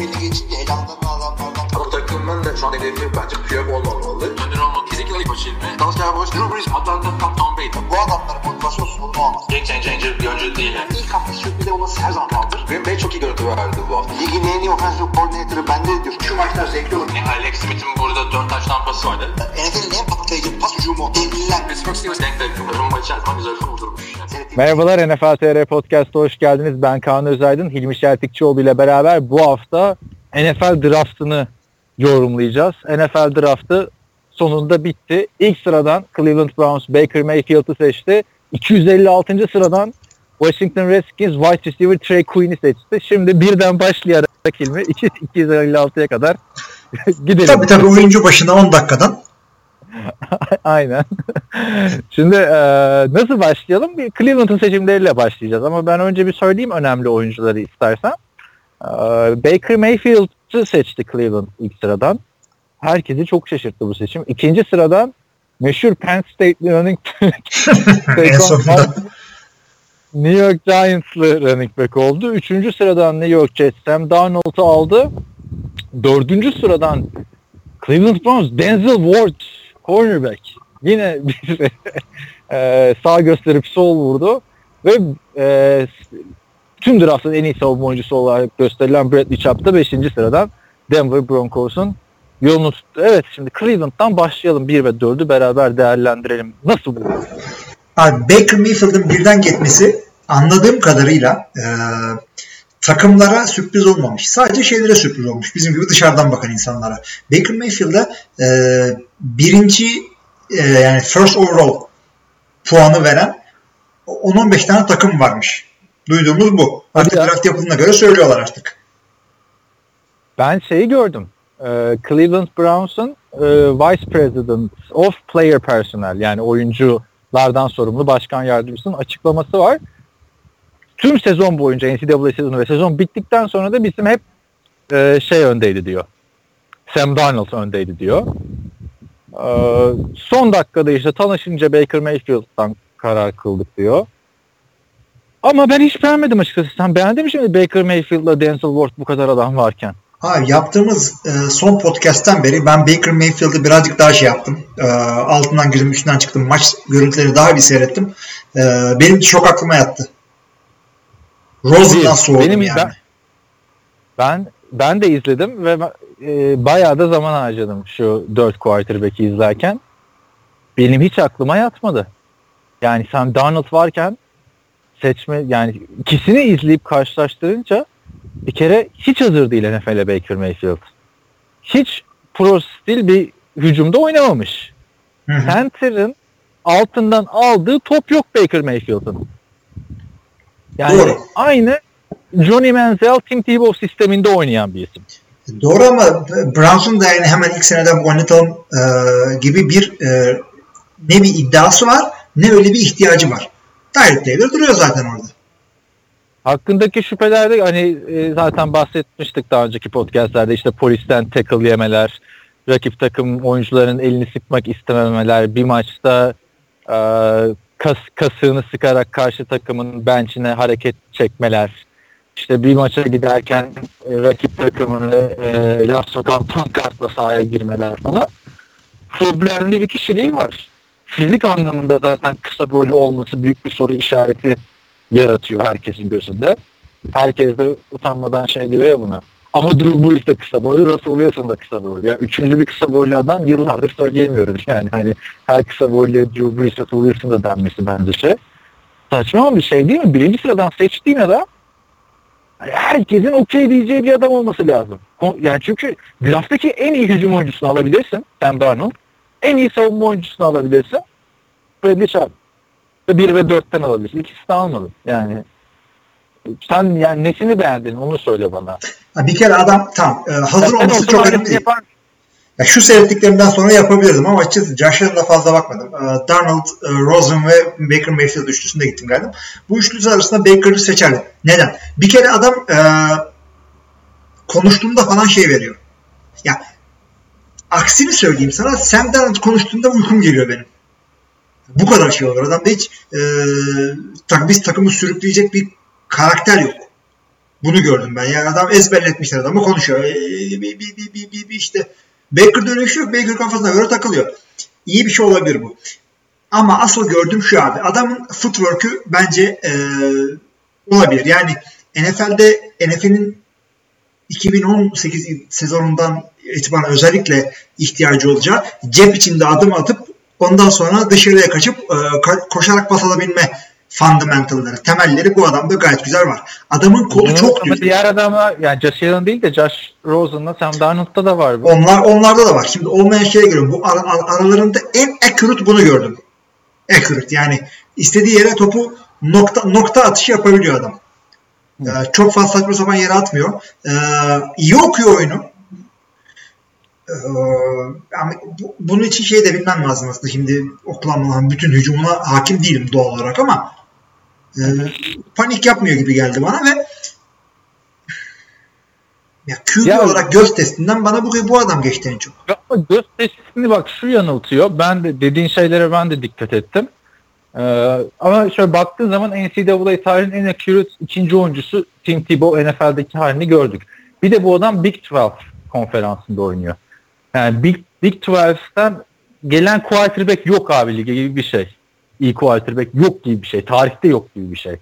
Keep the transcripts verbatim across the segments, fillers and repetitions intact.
belli geçince elanlarını alanlardan. Ama takımın da şu an hedefi bence Piyok olmamalı. Önder olmalı. Kesinlikle ilk başı ilmi. Dallas Cowboys, Drew Brees, Atlanta, Tom Brady. Bu adamların motivasyon sorunu olmaz. Game changer bir oyuncu değil. Yani. İlk hafta sürpriz olması her zaman kaldır. Green Bay çok iyi görüntü verdi bu hafta. Ligin en iyi offensive coordinator'ı bende diyor. Şu maçlar zevkli olur. Yani Alex Smith'in burada dört taş tampası vardı. N F L'in en patlayıcı pas hücumu. Devliler. Pittsburgh Steelers denk denk. Rumba içerisinde güzel kurdurmuş. Merhabalar, N F L T R Podcast'a hoş geldiniz. Ben Kaan Özaydın, Hilmi Şeltikçioğlu ile beraber bu hafta N F L draftını yorumlayacağız. N F L draftı sonunda bitti. İlk sıradan Cleveland Browns Baker Mayfield'ı seçti. iki yüz elli altıncı sıradan Washington Redskins wide receiver Trey Queen'i seçti. Şimdi birden başlayarak Hilmi iki yüz elli altıya kadar gidelim. Tabii tabii oyuncu başına on dakikadan. Aynen. Şimdi e, nasıl başlayalım? Bir Cleveland'ın seçimleriyle başlayacağız. Ama ben önce bir söyleyeyim önemli oyuncuları istersen. E, Baker Mayfield'ı seçti Cleveland ilk sıradan. Herkesi çok şaşırttı bu seçim. İkinci sıradan meşhur Penn State'li running back New York Giants'lı running back oldu. Üçüncü sıradan New York Jets Sam Darnold'u aldı. Dördüncü sıradan Cleveland Browns Denzel Ward cornerback. Yine bir e, sağ gösterip sol vurdu. Ve e, tüm draftın en iyi savunma oyuncusu olarak gösterilen Bradley Chubb da beşinci sıradan Denver Broncos'un yolunu tuttu. Evet, şimdi Cleveland'dan başlayalım. bir ve dördü beraber değerlendirelim. Nasıl bu? Abi Baker Mayfield'ın birden gitmesi anladığım kadarıyla e, takımlara sürpriz olmamış. Sadece şeylere sürpriz olmuş. Bizim gibi dışarıdan bakan insanlara. Baker Mayfield'a e, birinci e, yani first overall puanı veren on on beş tane takım varmış. Duyduğumuz bu. Artık draft yapıldığına göre söylüyorlar artık. Ben şeyi gördüm. Ee, Cleveland Browns'un e, Vice President of Player Personnel, yani oyunculardan sorumlu başkan yardımcısının açıklaması var. Tüm sezon boyunca N C A A sezonu ve sezon bittikten sonra da bizim hep e, şey öndeydi diyor. Sam Darnold öndeydi diyor. E, son dakikada işte tanışınca Baker Mayfield'dan karar kıldık diyor. Ama ben hiç beğenmedim açıkçası. Sen beğendin mi şimdi Baker Mayfield'la Denzel Ward bu kadar adam varken? Abi yaptığımız e, son podcast'ten beri ben Baker Mayfield'ı birazcık daha şey yaptım. E, altından girdim, üstünden çıktım. Maç görüntüleri daha bir seyrettim. E, benim çok aklıma yattı. Rosen'dan soğudum benim, yani. Ben, ben ben de izledim ve e, bayağı da zaman harcadım şu dört quarterback'i izlerken. Benim hiç aklıma yatmadı. Yani Sam Darnold varken seçme, yani ikisini izleyip karşılaştırınca bir kere hiç hazır değil N F L'e Baker Mayfield. Hiç pro stil bir hücumda oynamamış. Center'ın altından aldığı top yok Baker Mayfield'ın. Yani doğru. Aynı Johnny Manziel, Tim Tebow sisteminde oynayan bir isim. Doğru ama Browns'un da yani hemen ilk seneden oynatalım e, gibi bir e, ne bir iddiası var ne öyle bir ihtiyacı var. Tyreek Taylor duruyor zaten orada. Hakkındaki şüphelerde hani e, zaten bahsetmiştik daha önceki podcastlerde, işte polisten tackle yemeler, rakip takım oyuncuların elini sıkmak istememeler, bir maçta e, kas, kasığını sıkarak karşı takımın bench'ine hareket çekmeler, işte bir maça giderken e, rakip takımını e, laf sokan pankartla sahaya girmeler falan. Problemli bir kişiliği var. Fizik anlamında zaten kısa boylu olması büyük bir soru işareti yaratıyor herkesin gözünde. Herkes de utanmadan şey diyor ya buna. Ama Drew Brees de kısa boylu, Russell Wilson da kısa boylu. Yani üçüncü bir kısa boylu adam yıllardır söyleyemiyoruz. Yani hani her kısa boylu Drew Brees, Russell Wilson da denmesi bence şey. Saçma bir şey değil mi? Birinci sıradan seçtiğin adam herkesin okey diyeceği bir adam olması lazım. Yani çünkü drafttaki en iyi hücum oyuncusunu alabilirsin. Sam Darnold. En iyi savunma oyuncusunu alabilirsin. Bradley Chubb. bir ve dörtten alabilirsin. İkisini de almadın. Yani sen yani nesini beğendin onu söyle bana. Bir kere adam tam e, hazır ya olması çok önemli değil. Ya şu seyrettiklerimden sonra yapabilirdim ama açıkçası Josh Allen'a fazla bakmadım. E, Darnold, e, Rosen ve Baker Mayfield üçlüsünde gittim geldim. Bu üçlüsü arasında Baker'ı seçerdim. Neden? Bir kere adam e, konuştuğunda falan şey veriyor. Ya aksini söyleyeyim sana, Sam Darnold konuştuğunda uykum geliyor benim. Bu kadar şey olur. Adamda hiç e, tak, biz takımı sürükleyecek bir karakter yok. Bunu gördüm ben. Yani adam ezberletmişler, adamı konuşuyor. Ee, bir, bir, bir, bir, bir, bir işte Baker'da öyle bir şey yok. Baker kafasına göre takılıyor. İyi bir şey olabilir bu. Ama asıl gördüğüm şu abi. Adamın footwork'ü bence ee, olabilir. Yani N F L'de N F L'in iki bin on sekiz sezonundan itibaren özellikle ihtiyacı olacağı cep içinde adım atıp ondan sonra dışarıya kaçıp e, koşarak pas alabilme fundamentalları, temelleri bu adamda gayet güzel var. Adamın kolu Bunu, çok ama düz. diğer adamlar yani Josh Allen değil de Josh Rosen'la Sam Darnold'da da var bu. Onlar onlarda da var. Şimdi olmayan şeye göre bu ar- ar- aralarında en accurate bunu gördüm. Accurate yani istediği yere topu nokta nokta atışı yapabiliyor adam. Ee, çok fazla saçma sapan yere atmıyor. Ee, iyi okuyor oyunu. Ee, yani bu, bunun için şey de bilmem lazım aslında. Şimdi Oklahoma'nın bütün hücumuna hakim değilim doğal olarak ama e, panik yapmıyor gibi geldi bana ve ya Q B ya, olarak göz testinden bana bu, bu adam geçti en çok. Ama göz testini bak şu yanıltıyor. Ben de dediğin şeylere ben de dikkat ettim. Ee, ama şöyle baktığın zaman N C double A tarihinin en accurate ikinci oyuncusu Tim Tebow N F L'deki halini gördük. Bir de bu adam Big on iki konferansında oynuyor. Yani Big, Big on iki'den gelen quarterback yok abi lige gibi bir şey. İyi quarterback yok gibi bir şey. Tarihte yok gibi bir şey.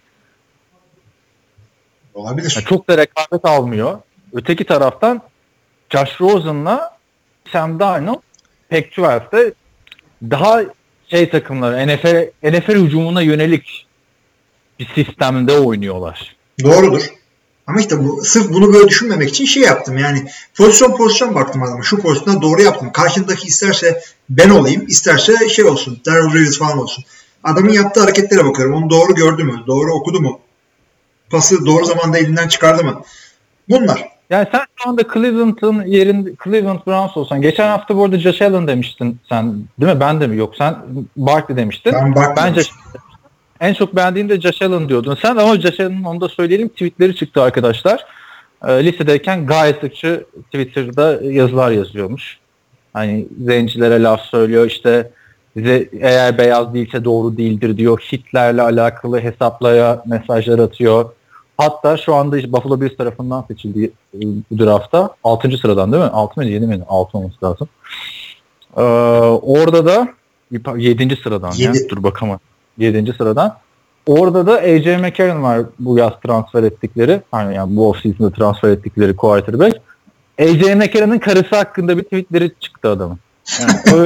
Olabilir. Yani çok da rekabet almıyor. Öteki taraftan Josh Rosen'la Sam Darnold Pac on iki'de daha şey takımları N F L, N F L hücumuna yönelik bir sistemde oynuyorlar. Doğrudur. Ama işte bu, sırf bunu böyle düşünmemek için şey yaptım yani pozisyon pozisyon baktım adama. Şu pozisyonda doğru yaptım. Karşındaki isterse ben olayım, isterse şey olsun, Darrell Reeves falan olsun. Adamın yaptığı hareketlere bakıyorum. Onu doğru gördü mü? Doğru okudu mu? Pası doğru zamanda elinden çıkardı mı? Bunlar. Yani sen şu anda Cleveland'ın yerinde Cleveland Browns olsan, geçen hafta bu arada Josh Allen demiştin sen, değil mi? Ben de mi? Yok, sen Barkley demiştin. Ben Barkley Bence en çok beğendiğim de Josh Allen diyordun sen, ama Josh Allen'ın, onu da söyleyelim, tweetleri çıktı arkadaşlar. E, lisedeyken gayet sıkça Twitter'da yazılar yazıyormuş. Hani zencilere laf söylüyor, işte bize eğer beyaz değilse doğru değildir diyor. Hitler'le alakalı hesaplara mesajlar atıyor. Hatta şu anda işte Buffalo Bills tarafından seçildi bu draftta. altıncı sıradan değil mi? altı mıydı? yedi miydi? altı olması lazım. Ee, orada da yedinci sıradan. Ya. Dur bakalım. yedinci sıradan. Orada da A J McCarron var, bu yaz transfer ettikleri. Hani yani bu offseason'da transfer ettikleri quarterback. A J McCarron'ın karısı hakkında bir tweetleri çıktı adamın. Yani o,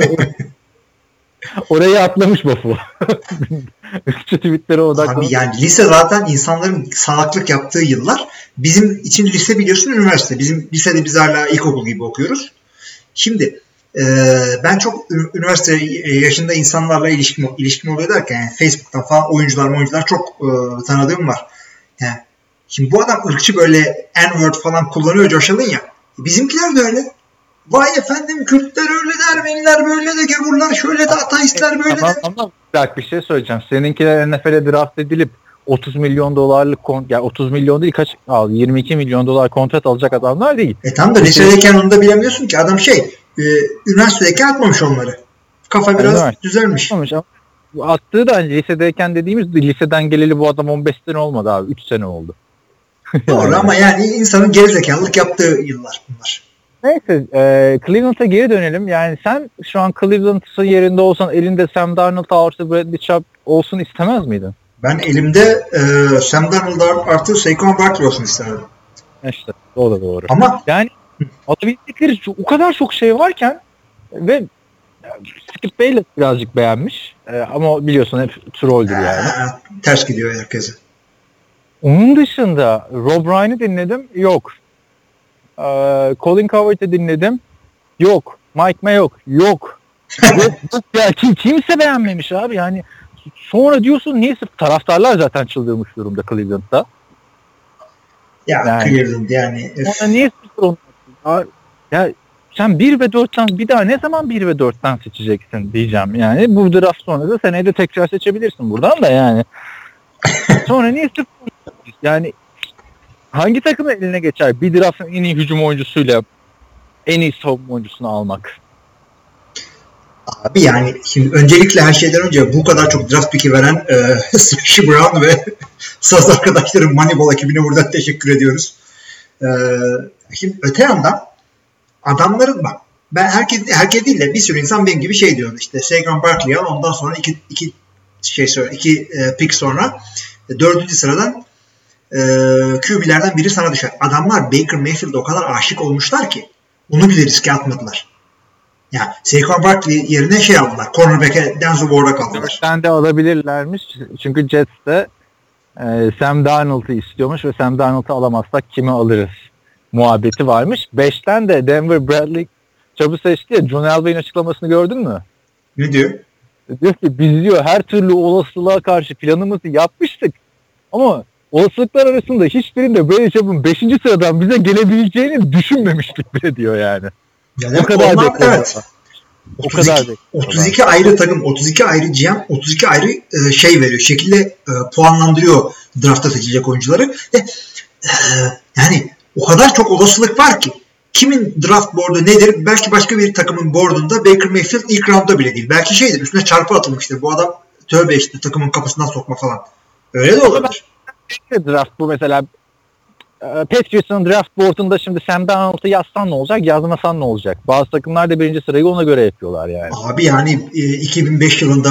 orayı atlamış Buffalo. Şu tweetlere odaklanmış. Abi yani lise zaten insanların salaklık yaptığı yıllar. Bizim için lise biliyorsun üniversite. Bizim lisede biz hala ilkokul gibi okuyoruz. Şimdi e, ben çok üniversite yaşında insanlarla ilişkim, ilişkim oluyor derken yani Facebook'tan falan oyuncular oyuncular çok e, tanıdığım var. Yani, şimdi bu adam ırkçı böyle N-word falan kullanıyor, Josh Allen ya. Bizimkiler de öyle. Vay efendim Kürtler öyle de, Ermeniler böyle de, gavurlar şöyle de, ateistler böyle ama, de. Ama bir şey söyleyeceğim. Seninkiler N F L'e draft edilip otuz milyon dolarlık kont, yani otuz milyon değil, kaç al, yirmi iki milyon dolar kontrat alacak adamlar değil. E tam da lisedeyken onu da bilemiyorsun ki. Adam şey e, üniversitedeyken atmamış onları. Kafa biraz evet, düzelmiş. Atmamış ama attığı da hani lisedeyken dediğimiz, liseden geleli bu adam on beş sene olmadı abi. üç sene oldu. Doğru yani. Ama yani insanın gerizekalılık yaptığı yıllar bunlar. Neyse, e, Cleveland'a geri dönelim. Yani sen şu an Cleveland'ın yerinde olsan elinde Sam Darnold artı Bradley Chubb olsun istemez miydin? Ben elimde e, Sam Darnold artı Saquon Barkley olsun isterdim. İşte o da doğru. Ama yani alabildikleri o kadar çok şey varken ve Skip Bayless birazcık beğenmiş. E, ama biliyorsun hep trolldür yani. Ha, ters gidiyor herkese. Onun dışında Rob Ryan'ı dinledim. Yok. Ee, Colin Cowherd'ı dinledim. Yok. Mike Mayock. Yok. yok, yok ya. Kim, kimse beğenmemiş abi. Yani sonra diyorsun niye, sırf taraftarlar zaten çıldırmış durumda Cleveland'da. Ya yani, Cleveland yani. Sonra niye sırf ya, ya sen bir ve dörtten bir daha ne zaman bir ve dörtten seçeceksin diyeceğim yani. Bu draft sonra da seneye de tekrar seçebilirsin buradan da yani. Sonra niye sırf yani hangi takımın eline geçer bir draftın en iyi hücum oyuncusuyla en iyi savunma oyuncusunu almak? Abi yani şimdi öncelikle her şeyden önce bu kadar çok draft pick'i veren e, Swishy Brown ve saz arkadaşlarım Moneyball ekibine buradan teşekkür ediyoruz. E, şimdi öte yandan adamların bak ben herkes herkes değil de bir sürü insan benim gibi şey diyordu işte Saquon Barkley'i al ondan sonra iki, iki şey sonra iki e, pick sonra e, dördüncü sıradan e, Q B'lerden biri sana düşer. Adamlar Baker Mayfield'a o kadar aşık olmuşlar ki onu bile riske atmadılar. Yani Saquon Barkley yerine şey aldılar. Cornerback'e Denzel Ward'a kaldılar. Dörtten de alabilirlermiş. Çünkü Jets de e, Sam Darnold'u istiyormuş ve Sam Darnold'u alamazsak kimi alırız muhabbeti varmış. Beşten de Denver Bradley çabuk seçti ya. John Elway'in açıklamasını gördün mü? Ne diyor? Diyor ki biz diyor her türlü olasılığa karşı planımızı yapmıştık. Ama olasılıklar arasında hiçbirinde böyle çabuk beşinci sıradan bize gelebileceğini düşünmemiştik bile diyor yani. Yani o kadar onlar, bekliyorlar. evet. O otuz iki, kadar otuz iki ayrı takım, otuz iki ayrı G M, otuz iki ayrı e, şey veriyor. Şekilde e, puanlandırıyor draftta seçilecek oyuncuları. Ve e, yani o kadar çok olasılık var ki kimin draft board'u nedir? Belki başka bir takımın board'unda Baker Mayfield ilk round'da bile değil. Belki şeydir, üstüne çarpı atılmıştır. Bu adam tövbe işte takımın kapısından sokma falan. Öyle de olabilir. Draft bu mesela Patriots'ın draft board'unda şimdi Sam Darnold'u yazsan ne olacak, yazmasan ne olacak? Bazı takımlar da birinci sırayı ona göre yapıyorlar yani. Abi yani e, iki bin beş yılında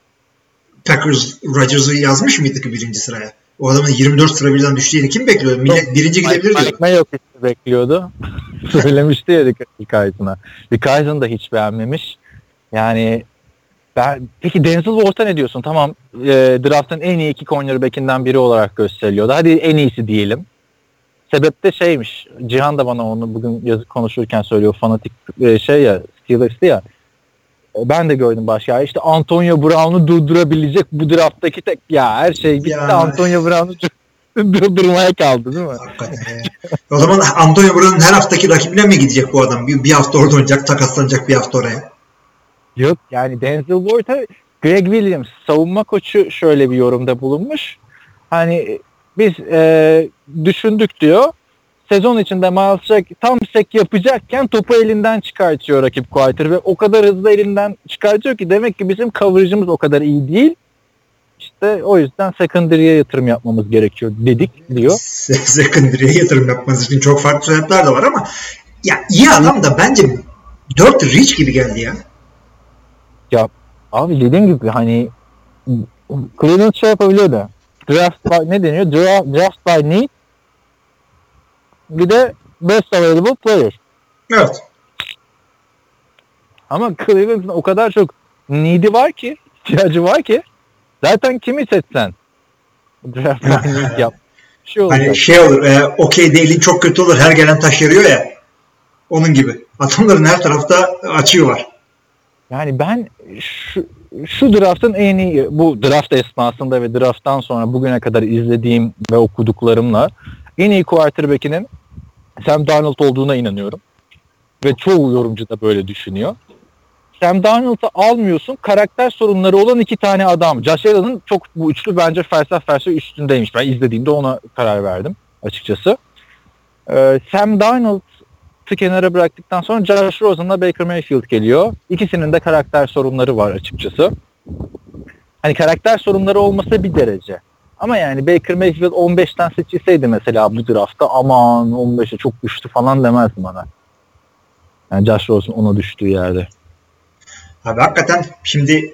Packers Rodgers'ı yazmış mıydı ki birinci sıraya? O adamın yirmi dört sıra birden düştüğünü kim bekliyordu? Millet birinci gidebilir diyordu. Mike Mayock hiç bekliyordu. Söylemişti ya Rick Eison'a. Rick Eison da hiç beğenmemiş. Yani ben, peki Denzel Ward'a ne diyorsun? Tamam e, draft'ın en iyi iki cornerback'inden biri olarak gösteriliyordu. Hadi en iyisi diyelim. Sebep de şeymiş. Cihan da bana onu bugün yazık konuşurken söylüyor. Fanatik e, şey ya, Steelers'tı ya. Ben de gördüm başka. Ya işte Antonio Brown'u durdurabilecek bu drafttaki tek ya her şey bitti. Ya. Antonio Brown'u durdurmaya kaldı değil mi? Hakikaten. O zaman Antonio Brown'un her haftaki rakibine mi gidecek bu adam? Bir, bir hafta orada oynayacak, takaslanacak bir hafta oraya. Yok yani Denzel Ward'a Greg Williams savunma koçu şöyle bir yorumda bulunmuş. Hani biz e, düşündük diyor. Sezon içinde Miles Jack tam sek yapacakken topu elinden çıkartıyor rakip quarter ve o kadar hızlı elinden çıkartıyor ki demek ki bizim coverage'ımız o kadar iyi değil. İşte o yüzden secondary'e yatırım yapmamız gerekiyor dedik diyor. Secondary'e yatırım yapmanız için çok farklı sebepler de var ama ya iyi adam da bence dört reach gibi geldi ya. Ya abi dediğim gibi hani Cleveland şey yapabiliyor da draft by, ne deniyor? Draft, draft by need bir de best available player. Evet. Ama Cleveland'ın o kadar çok need'i var ki, ihtiyacı var ki zaten kimi seçsen draft by need yap. Şey hani şey olur, e, okey değilin çok kötü olur, her gelen taş yarıyor ya. Onun gibi. Adamların her tarafta açığı var. Yani ben şu, şu draft'ın en iyi, bu draft esnasında ve draft'tan sonra bugüne kadar izlediğim ve okuduklarımla en iyi quarterback'inin Sam Darnold olduğuna inanıyorum. Ve çoğu yorumcu da böyle düşünüyor. Sam Darnold'u almıyorsun, karakter sorunları olan iki tane adam. Josh Allen'ın çok bu üçlü bence felsefe felsefe üstündeymiş. Ben izlediğimde ona karar verdim açıkçası. Ee, Sam Darnold'u kenara bıraktıktan sonra Josh Rosen'la Baker Mayfield geliyor. İkisinin de karakter sorunları var açıkçası. Hani karakter sorunları olmasa bir derece. Ama yani Baker Mayfield on beşten seçilseydi mesela bu draftta aman on beşe çok düştü falan demezdim bana. Yani Josh Rosen ona düştüğü yerde. Abi hakikaten şimdi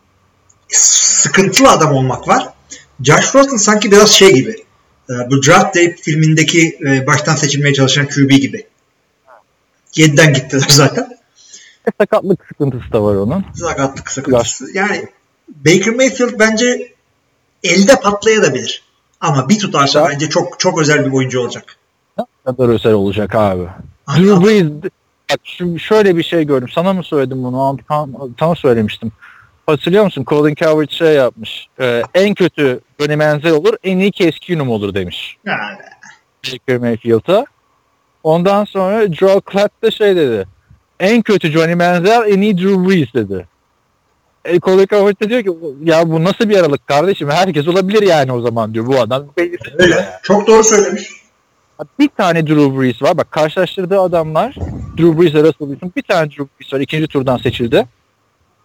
sıkıntılı adam olmak var. Josh Rosen sanki biraz şey gibi. Bu Draft Day filmindeki baştan seçilmeye çalışan Q B gibi. yediden gittiler zaten. E, sakatlık sıkıntısı da var onun. Sakatlık sıkıntısı. Yani Baker Mayfield bence elde patlayabilir. Ama bir tutarsa ya, bence çok çok özel bir oyuncu olacak. Ne kadar özel olacak abi. Drew Brees, bak şöyle bir şey gördüm. Sana mı söyledim bunu? Sana söylemiştim. Hatırlıyor musun? Colin Cowherd şey yapmış. Ee, en kötü Johnny Manziel olur, en iyi Case Keenum olur demiş. Yani. Baker Mayfield'a. Ondan sonra Joe Clark da şey dedi. En kötü Johnny Manziel, en iyi Drew Brees dedi. E, Colin Cowherd de diyor ki ya bu nasıl bir aralık kardeşim? Herkes olabilir yani o zaman diyor bu adam. Öyle. Yani. Çok doğru söylemiş. Bir tane Drew Brees var. Bak karşılaştırdığı adamlar Drew Brees ile Russell Wilson. Bir tane Drew Brees var. İkinci turdan seçildi.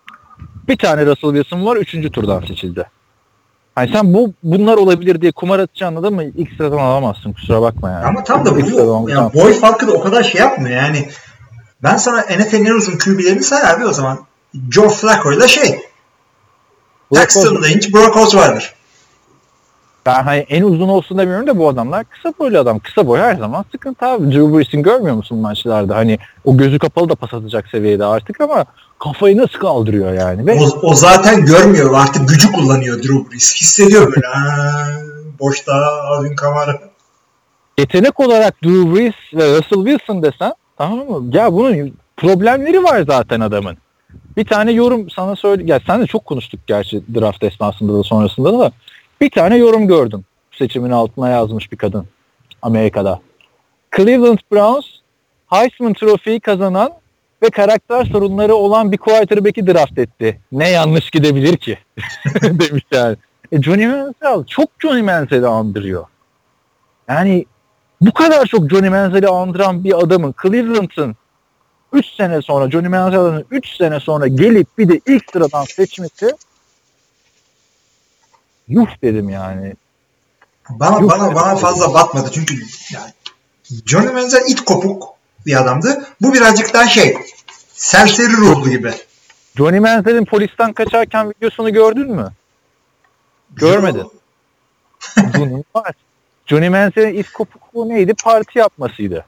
Bir tane Russell Wilson var, üçüncü turdan seçildi. Hani sen bu bunlar olabilir diye kumar atacaksın, anladın mı? İlk sıradan alamazsın, kusura bakma yani. Ama tam da bu yani boy farkı da o kadar şey yapmıyor yani. Ben sana N F L'in en uzun Q B'lerini say abi o zaman. Joe Flacco ile şey. Paxton Lynch, Brock Osweiler. Ben hani en uzun olsun demiyorum da bu adamlar kısa boylu adam. Kısa boy her zaman sıkıntı abi. Drew Brees'in görmüyor musun maçlarda? Hani o gözü kapalı da pas atacak seviyede artık ama kafayı nasıl kaldırıyor yani. Ve o, o zaten görmüyor. Artık gücü kullanıyor Drew Brees. Hissediyor böyle. Boşta Alvin Kamara. Yetenek olarak Drew Brees ve Russell Wilson desen, tamam mı? Ya bunun problemleri var zaten adamın. Bir tane yorum sana söyle. Ya sen de çok konuştuk gerçi draft esnasında da sonrasında da. Bir tane yorum gördüm. Seçimin altına yazmış bir kadın Amerika'da. Cleveland Browns Heisman Trophy'yi kazanan ve karakter sorunları olan bir quarterback'i draft etti. Ne yanlış gidebilir ki? Demiş yani. E Johnny Manziel çok Johnny Manziel'i andırıyor. Yani bu kadar çok Johnny Manziel'i andıran bir adamın Cleveland'ın üç sene sonra, Johnny Manziel'in üç sene sonra gelip bir de ilk sıradan seçmesi, yuh dedim yani. Bana yuh bana dedim. bana fazla batmadı çünkü yani Johnny Manziel it kopuk bir adamdı. Bu birazcık daha şey, serseri ruhlu gibi. Johnny Manziel'in polisten kaçarken videosunu gördün mü? Görmedin. Bunun var. Johnny Manziel'in it kopukluğu neydi? Parti yapmasıydı.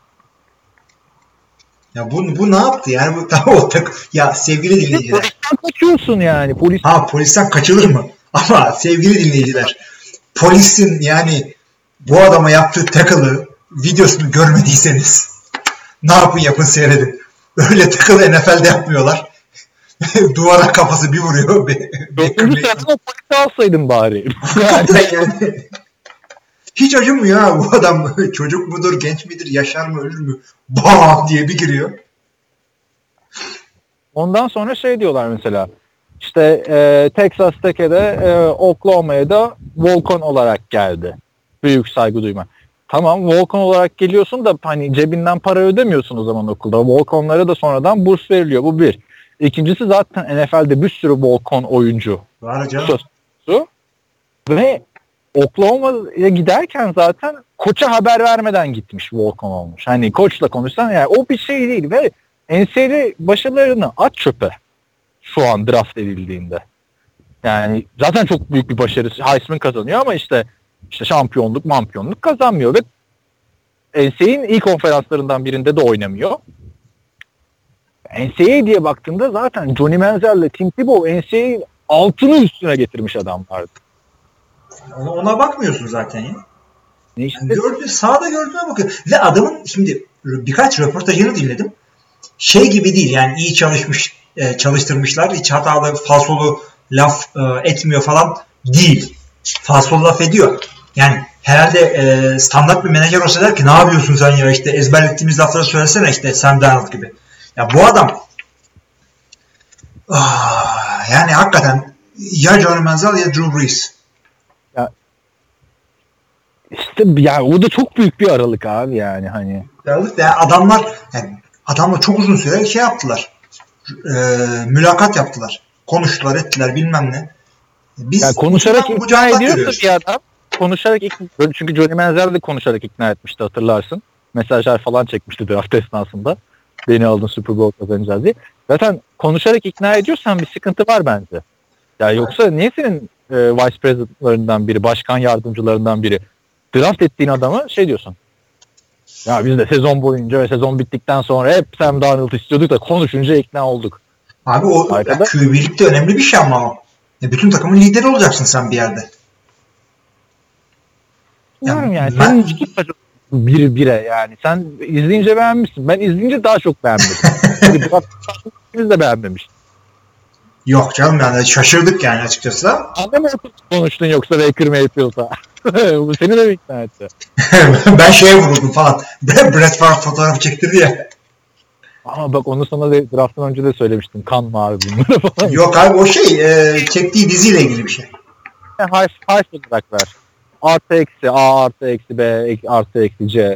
Ya bu bu ne yaptı yani bu tam o tak ya sevgili dinleyiciler. Polisten kaçıyorsun yani. Polis... Ha polisten kaçılır mı? Ama sevgili dinleyiciler, polisin yani bu adama yaptığı tackle'ı videosunu görmediyseniz ne yapın yapın seyredin. Öyle tackle'ı N F L'de yapmıyorlar. Duvara kafası bir vuruyor. Dördüncü sırasında o polisi alsaydın bari. yani, yani. Hiç acımıyor ha bu adam. Çocuk mudur, genç midir, yaşar mı, ölür mü? Bam diye bir giriyor. Ondan sonra şey diyorlar mesela. İşte e, Texas Tech'e e, Oklahoma'ya da Volkan olarak geldi. Büyük saygı duyma. Tamam, Volkan olarak geliyorsun da hani cebinden para ödemiyorsun o zaman okulda. Volkanlara da sonradan burs veriliyor. Bu bir. İkincisi zaten N F L'de bir sürü Volkan oyuncu. Var canım. Söz. Ve Oklahoma'ya giderken zaten koça haber vermeden gitmiş, Volkan olmuş. Hani koçla konuşsan yani o bir şey değil ve N C A A başarılarını at çöpe şu an draft edildiğinde. Yani zaten çok büyük bir başarı. Heisman kazanıyor ama işte işte şampiyonluk, mampiyonluk kazanmıyor ve N C A A'nin ilk konferanslarından birinde de oynamıyor. N C A A diye baktığında zaten Johnny Manziel'le Tim Tebow N C A A'nin altını üstüne getirmiş adamlardı. Ona, ona bakmıyorsun zaten ya. Ne işte? Yani gördüğü, sahada gördüğüne bakıyor. Ve adamın şimdi birkaç röportajını dinledim. Şey gibi değil yani iyi çalışmış, e, çalıştırmışlar. Hiç hatalı, falsolu laf e, etmiyor falan değil. Falsolu laf ediyor. Yani herhalde e, standart bir menajer olsa der ki ne yapıyorsun sen ya işte ezberlettiğimiz lafları söylesene işte Sam Darnold gibi. Ya bu adam ah, yani hakikaten ya Johnny Manziel ya Drew Brees. İşte yani o da çok büyük bir aralık abi yani hani. Aralık da adamlar yani adamlar çok uzun süre şey yaptılar. E, mülakat yaptılar. Konuştular, ettiler bilmem ne. Biz yani konuşarak ikna ediyorsa bir adam. Konuşarak ikna, çünkü Johnny Manziel de konuşarak ikna etmişti, hatırlarsın. Mesajlar falan çekmişti draft esnasında. Beni aldın Super Bowl kazanacağız diye. Zaten konuşarak ikna ediyorsan bir sıkıntı var bence. Ya yoksa niye senin e, vice president'larından biri, başkan yardımcılarından biri draft ettiğin adama şey diyorsun. Ya biz de sezon boyunca ve sezon bittikten sonra hep Sam Darnold istiyorduk da konuşunca ikna olduk. Abi o Arkada, Q B'lik de önemli bir şey ama o. Ya bütün takımın lideri olacaksın sen bir yerde. Yani, yani ben, senin hiç bir bire yani. Sen izleyince beğenmişsin. Ben izleyince daha çok beğenmedim. Biz de beğenmemiş. Yok canım yani şaşırdık yani açıkçası. Sen mi konuştun yoksa Baker Mayfield'a? Bu seni de mi ikna etti? Ben şeye vuruldum falan. Brett Favre fotoğrafı çektirdi ya. Ama bak onu sana de, drafttan önce de söylemiştim. Kan mı abi bunlara falan. Yok abi o şey e, çektiği diziyle ilgili bir şey. Harf, harf olarak ver. Artı eksi A artı eksi B artı eksi C.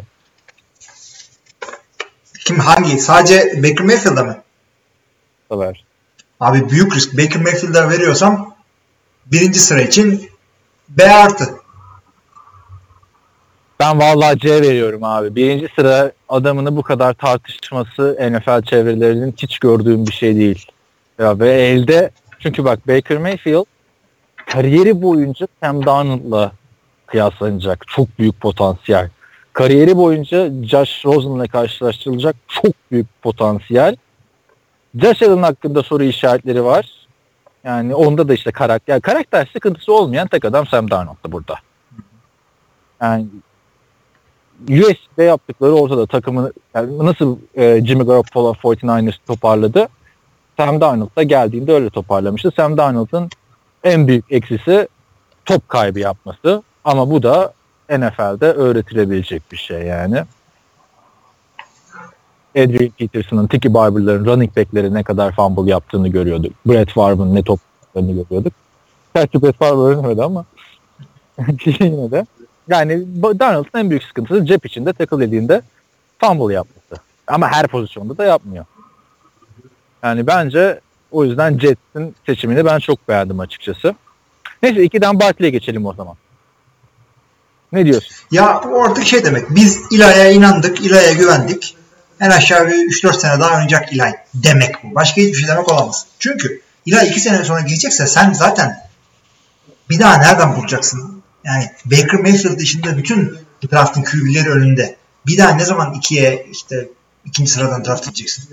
Kim hangi? Sadece Baker Mayfield'a mı? Ver. Abi büyük risk. Baker Mayfield'a veriyorsam birinci sıra için B artı. Ben vallahi C veriyorum abi. Birinci sıra adamını bu kadar tartışması N F L çevrelerinin hiç gördüğüm bir şey değil. Ya ve elde çünkü bak Baker Mayfield kariyeri boyunca Sam Darnold'la kıyaslanacak. Çok büyük potansiyel. Kariyeri boyunca Josh Rosen'la karşılaştırılacak çok büyük potansiyel. Josh Allen hakkında soru işaretleri var. Yani onda da işte karakter, yani karakter sıkıntısı olmayan tek adam Sam Darnold'da burada. Yani U S C'de yaptıkları ortada, takımı yani nasıl e, Jimmy Garoppolo kırk dokuzers toparladı. Sam Darnold da geldiğinde öyle toparlamıştı. Sam Darnold'un en büyük eksisi top kaybı yapması. Ama bu da N F L'de öğretilebilecek bir şey yani. Adrian Peterson'ın, Tiki Barber'ların, running back'leri ne kadar fumble yaptığını görüyorduk. Brett Favre'ın ne top yaptığını görüyorduk. Belki Brett Favre öğrenemedi ama yine de. Yani Darnold'un en büyük sıkıntısı cep içinde tackle dediğinde fumble yapması. Ama her pozisyonda da yapmıyor. Yani bence o yüzden Jets'in seçimini ben çok beğendim açıkçası. Neyse ikiden Barkley'e geçelim o zaman. Ne diyorsun? Ya artık şey demek. Biz İlay'a inandık, İlay'a güvendik. En aşağı bir üç dört sene daha oynayacak İlay demek bu. Başka hiçbir şey demek olamaz. Çünkü İlay iki sene sonra gidecekse sen zaten bir daha nereden bulacaksın? Yani Baker Mayfield dışında bütün draft'ın Q B'leri önünde. Bir daha ne zaman ikiye işte ikinci sıradan draft edeceksin?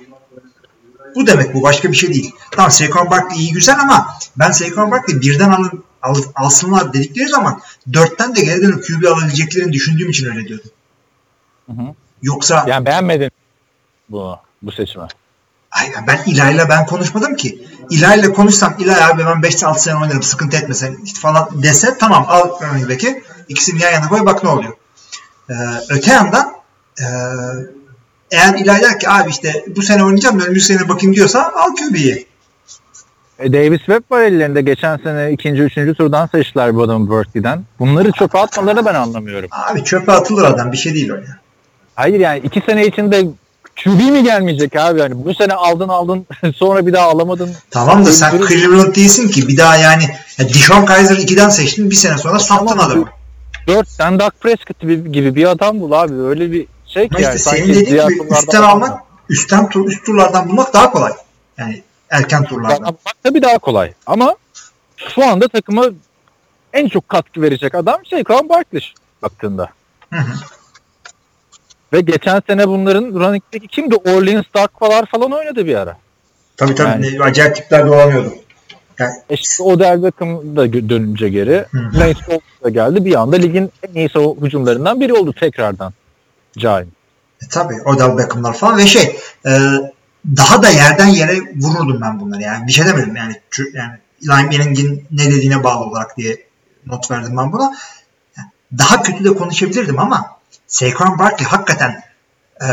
Bu demek bu. Başka bir şey değil. Tamam Saquon Barkley iyi güzel ama ben Saquon Barkley birden alın, al, alsınlar dedikleri zaman dörtten de geri dönüp Q B alabileceklerini düşündüğüm için öyle diyordum. Hı hı. Yoksa yani beğenmedin bu bu seçimi. Ay, ben İlay'la ben konuşmadım ki. İlay'la konuşsam İlay abi ben beş altı sene oynarım sıkıntı etmesen falan dese tamam al önündeki ikisini yan yana koy bak ne oluyor. Ee, öte yandan e, eğer İlay der ki abi işte bu sene oynayacağım önümüzdeki sene bakayım diyorsa al Q B'yi. E, Davis Webb var ellerinde. Geçen sene ikinci, üçüncü turdan seçtiler bu adamı Berkeley'den. Bunları çöpe atmalarını ben anlamıyorum. Abi çöpe atılır adam bir şey değil o ya. Hayır yani iki sene içinde Q B mi gelmeyecek abi? Yani bu sene aldın aldın sonra bir daha alamadın. Tamam da sen Cleveland değilsin ki bir daha yani Deshaun Kaiser ikiden seçtin bir sene sonra sattın tamam, adamı. dörtten Dak Prescott gibi, gibi bir adam bul abi. Öyle bir şey ki işte yani. Senin dediğin gibi üstten almak, üstten tur, üst turlardan bulmak daha kolay. Yani erken turlardan. Bulmak tabii daha kolay. Ama şu anda takıma en çok katkı verecek adam Saquon Barkley baktığında. Hı hı. Ve geçen sene bunların running back'i kimdi? Orleans Darkwaller falan oynadı bir ara. Tabii tabii. Yani, acayip tipler dolanıyordu. Yani, işte Odell Beckham da dönünce geri. Nate Solder da geldi. Bir anda ligin en iyi hücumlarından biri oldu tekrardan. Giants. E, tabii. Odell Beckham'lar falan ve şey e, daha da yerden yere vururdum ben bunları. Yani bir şey demedim. Yani, yani Eli Manning'in ne dediğine bağlı olarak diye not verdim ben buna. Yani, daha kötü de konuşabilirdim ama Saquon Barkley hakikaten e,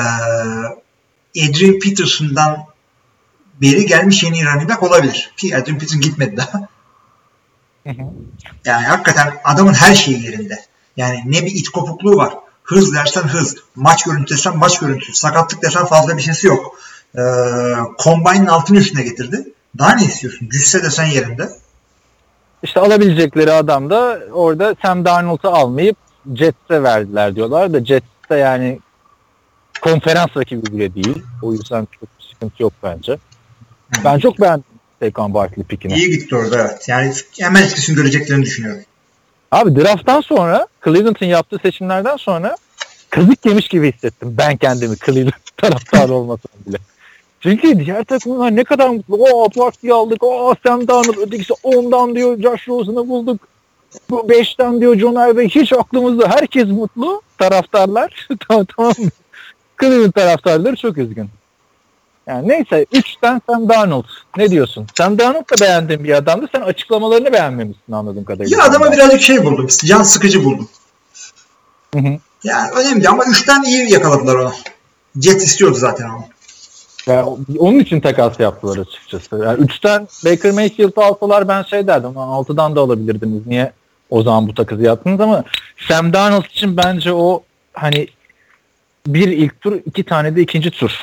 Adrian Peterson'dan beri gelmiş yeni running back olabilir. Ki Adrian Peterson gitmedi daha. Hı hı. Yani hakikaten adamın her şeyi yerinde. Yani ne bir it kopukluğu var. Hız dersen hız. Maç görüntüsü desen maç görüntüsü. Sakatlık desen fazla bir şeysi yok. Ee, Combine'ın altını üstüne getirdi. Daha ne istiyorsun? Cüsse desen yerinde. İşte alabilecekleri adam da orada Sam Darnold'u almayıp Jets'e verdiler diyorlar da Jets'te yani konferans rakibi bile değil. O yüzden çok sıkıntı yok bence. Hı. Ben çok beğendim Saquon Barkley pickini. İyi gitti orada evet. Yani hemen etkisini göreceklerini düşünüyorum. Abi draft'tan sonra Cleveland'ın yaptığı seçimlerden sonra kazık yemiş gibi hissettim ben kendimi Cleveland taraftarı olmasam bile. Çünkü diğer takımlar ne kadar mutlu. O Barkley'i aldık. O Sam Darnold. Ötekisi ondan diyor. Josh Rosen'ı bulduk. Bu beşten diyor John Elway. Hiç aklımızda. Herkes mutlu. Taraftarlar. tamam tamam. Cleveland taraftarları çok üzgün. Yani neyse. üçten Sam Darnold. Ne diyorsun? Sam Darnold da beğendiğin bir adamdı. Sen açıklamalarını beğenmemişsin anladığım kadarıyla. Ya adama birazcık şey buldum. Can sıkıcı buldum. Hı hı. Yani önemli ama üçten iyi yakaladılar onu. Jet istiyordu zaten onu. Yani onun için takas yaptılar açıkçası. Yani üçten Baker Mayfield'ı alsalar ben şey derdim. altıdan da alabilirdiniz. Niye o zaman bu takası yaptınız ama Sam Darnold için bence o hani bir ilk tur iki tane de ikinci tur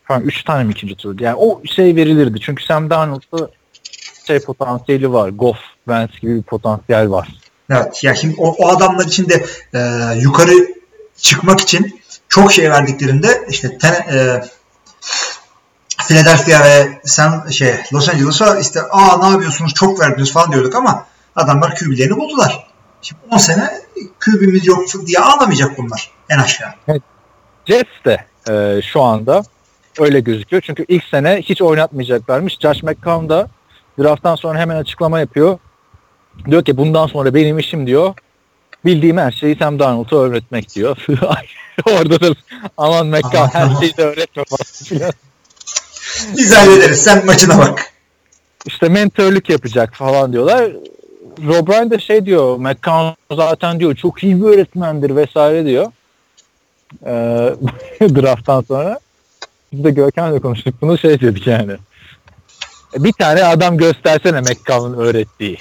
falan üç tane mi ikinci turdu? Yani o şey verilirdi. Çünkü Sam Darnold'da şey potansiyeli var. Goff, Wentz gibi bir potansiyel var. Evet. Ya şimdi o, o adamlar için de e, yukarı çıkmak için çok şey verdiklerinde işte ten, e, Philadelphia ve San şey Los Angeles'a işte aa ne yapıyorsunuz çok verdiniz falan diyorduk ama adamlar Q B'lerini buldular. Şimdi on sene Q B'miz yok diye ağlamayacak bunlar en aşağı. Evet. Jets de e, şu anda öyle gözüküyor. Çünkü ilk sene hiç oynatmayacaklarmış. Josh McCown da drafttan sonra hemen açıklama yapıyor. Diyor ki bundan sonra benim işim diyor. Bildiğim her şeyi Sam Darnold'a öğretmek diyor. Orada da aman McCown her şeyi de öğretme falan. Biz hallederiz. Sen maçına bak. İşte mentörlük yapacak falan diyorlar. Rob Ryan de şey diyor. McCown zaten diyor çok iyi bir öğretmendir vesaire diyor. Ee, drafttan sonra. Biz de Görkem'le konuştuk bunu şey dedik yani. Bir tane adam göstersene McCown'un öğrettiği.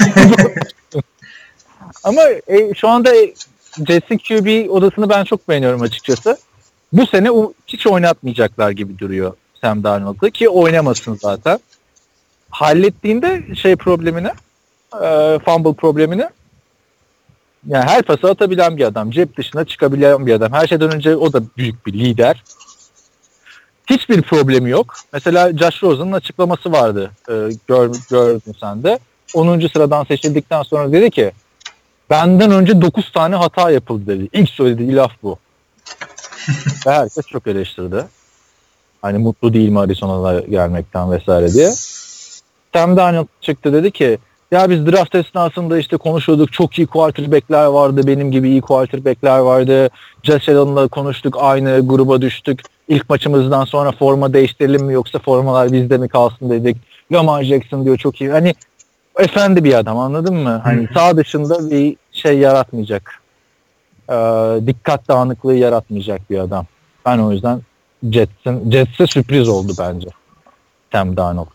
Ama e, şu anda Jets'in Q B odasını ben çok beğeniyorum açıkçası. Bu sene o, hiç oynatmayacaklar gibi duruyor Sam Darnold'u ki oynamasın zaten. Hallettiğinde şey problemini, e, fumble problemini, yani her pası atabilen bir adam, cep dışına çıkabilen bir adam. Her şeyden önce o da büyük bir lider. Hiçbir problemi yok. Mesela Josh Rosen'ın açıklaması vardı. E, gör, gördün sen de. onuncu sıradan seçildikten sonra dedi ki benden önce dokuz tane hata yapıldı dedi. İlk söylediği laf bu. Ve herkes çok eleştirdi. Hani mutlu değil mi Arizona'da gelmekten vesaire diye. Sam Darnold çıktı dedi ki ya biz draft esnasında işte konuşuyorduk. Çok iyi quarterback'ler vardı. Benim gibi iyi quarterback'ler vardı. Josh Allen'la konuştuk. Aynı gruba düştük. İlk maçımızdan sonra forma değiştirelim mi yoksa formalar bizde mi kalsın dedik. Lamar Jackson diyor çok iyi. Hani efendi bir adam anladın mı? Hani sağ dışında bir şey yaratmayacak. Ee, dikkat dağınıklığı yaratmayacak bir adam. Ben o yüzden Jets'in Jets'e sürpriz oldu bence. Sam Darnold.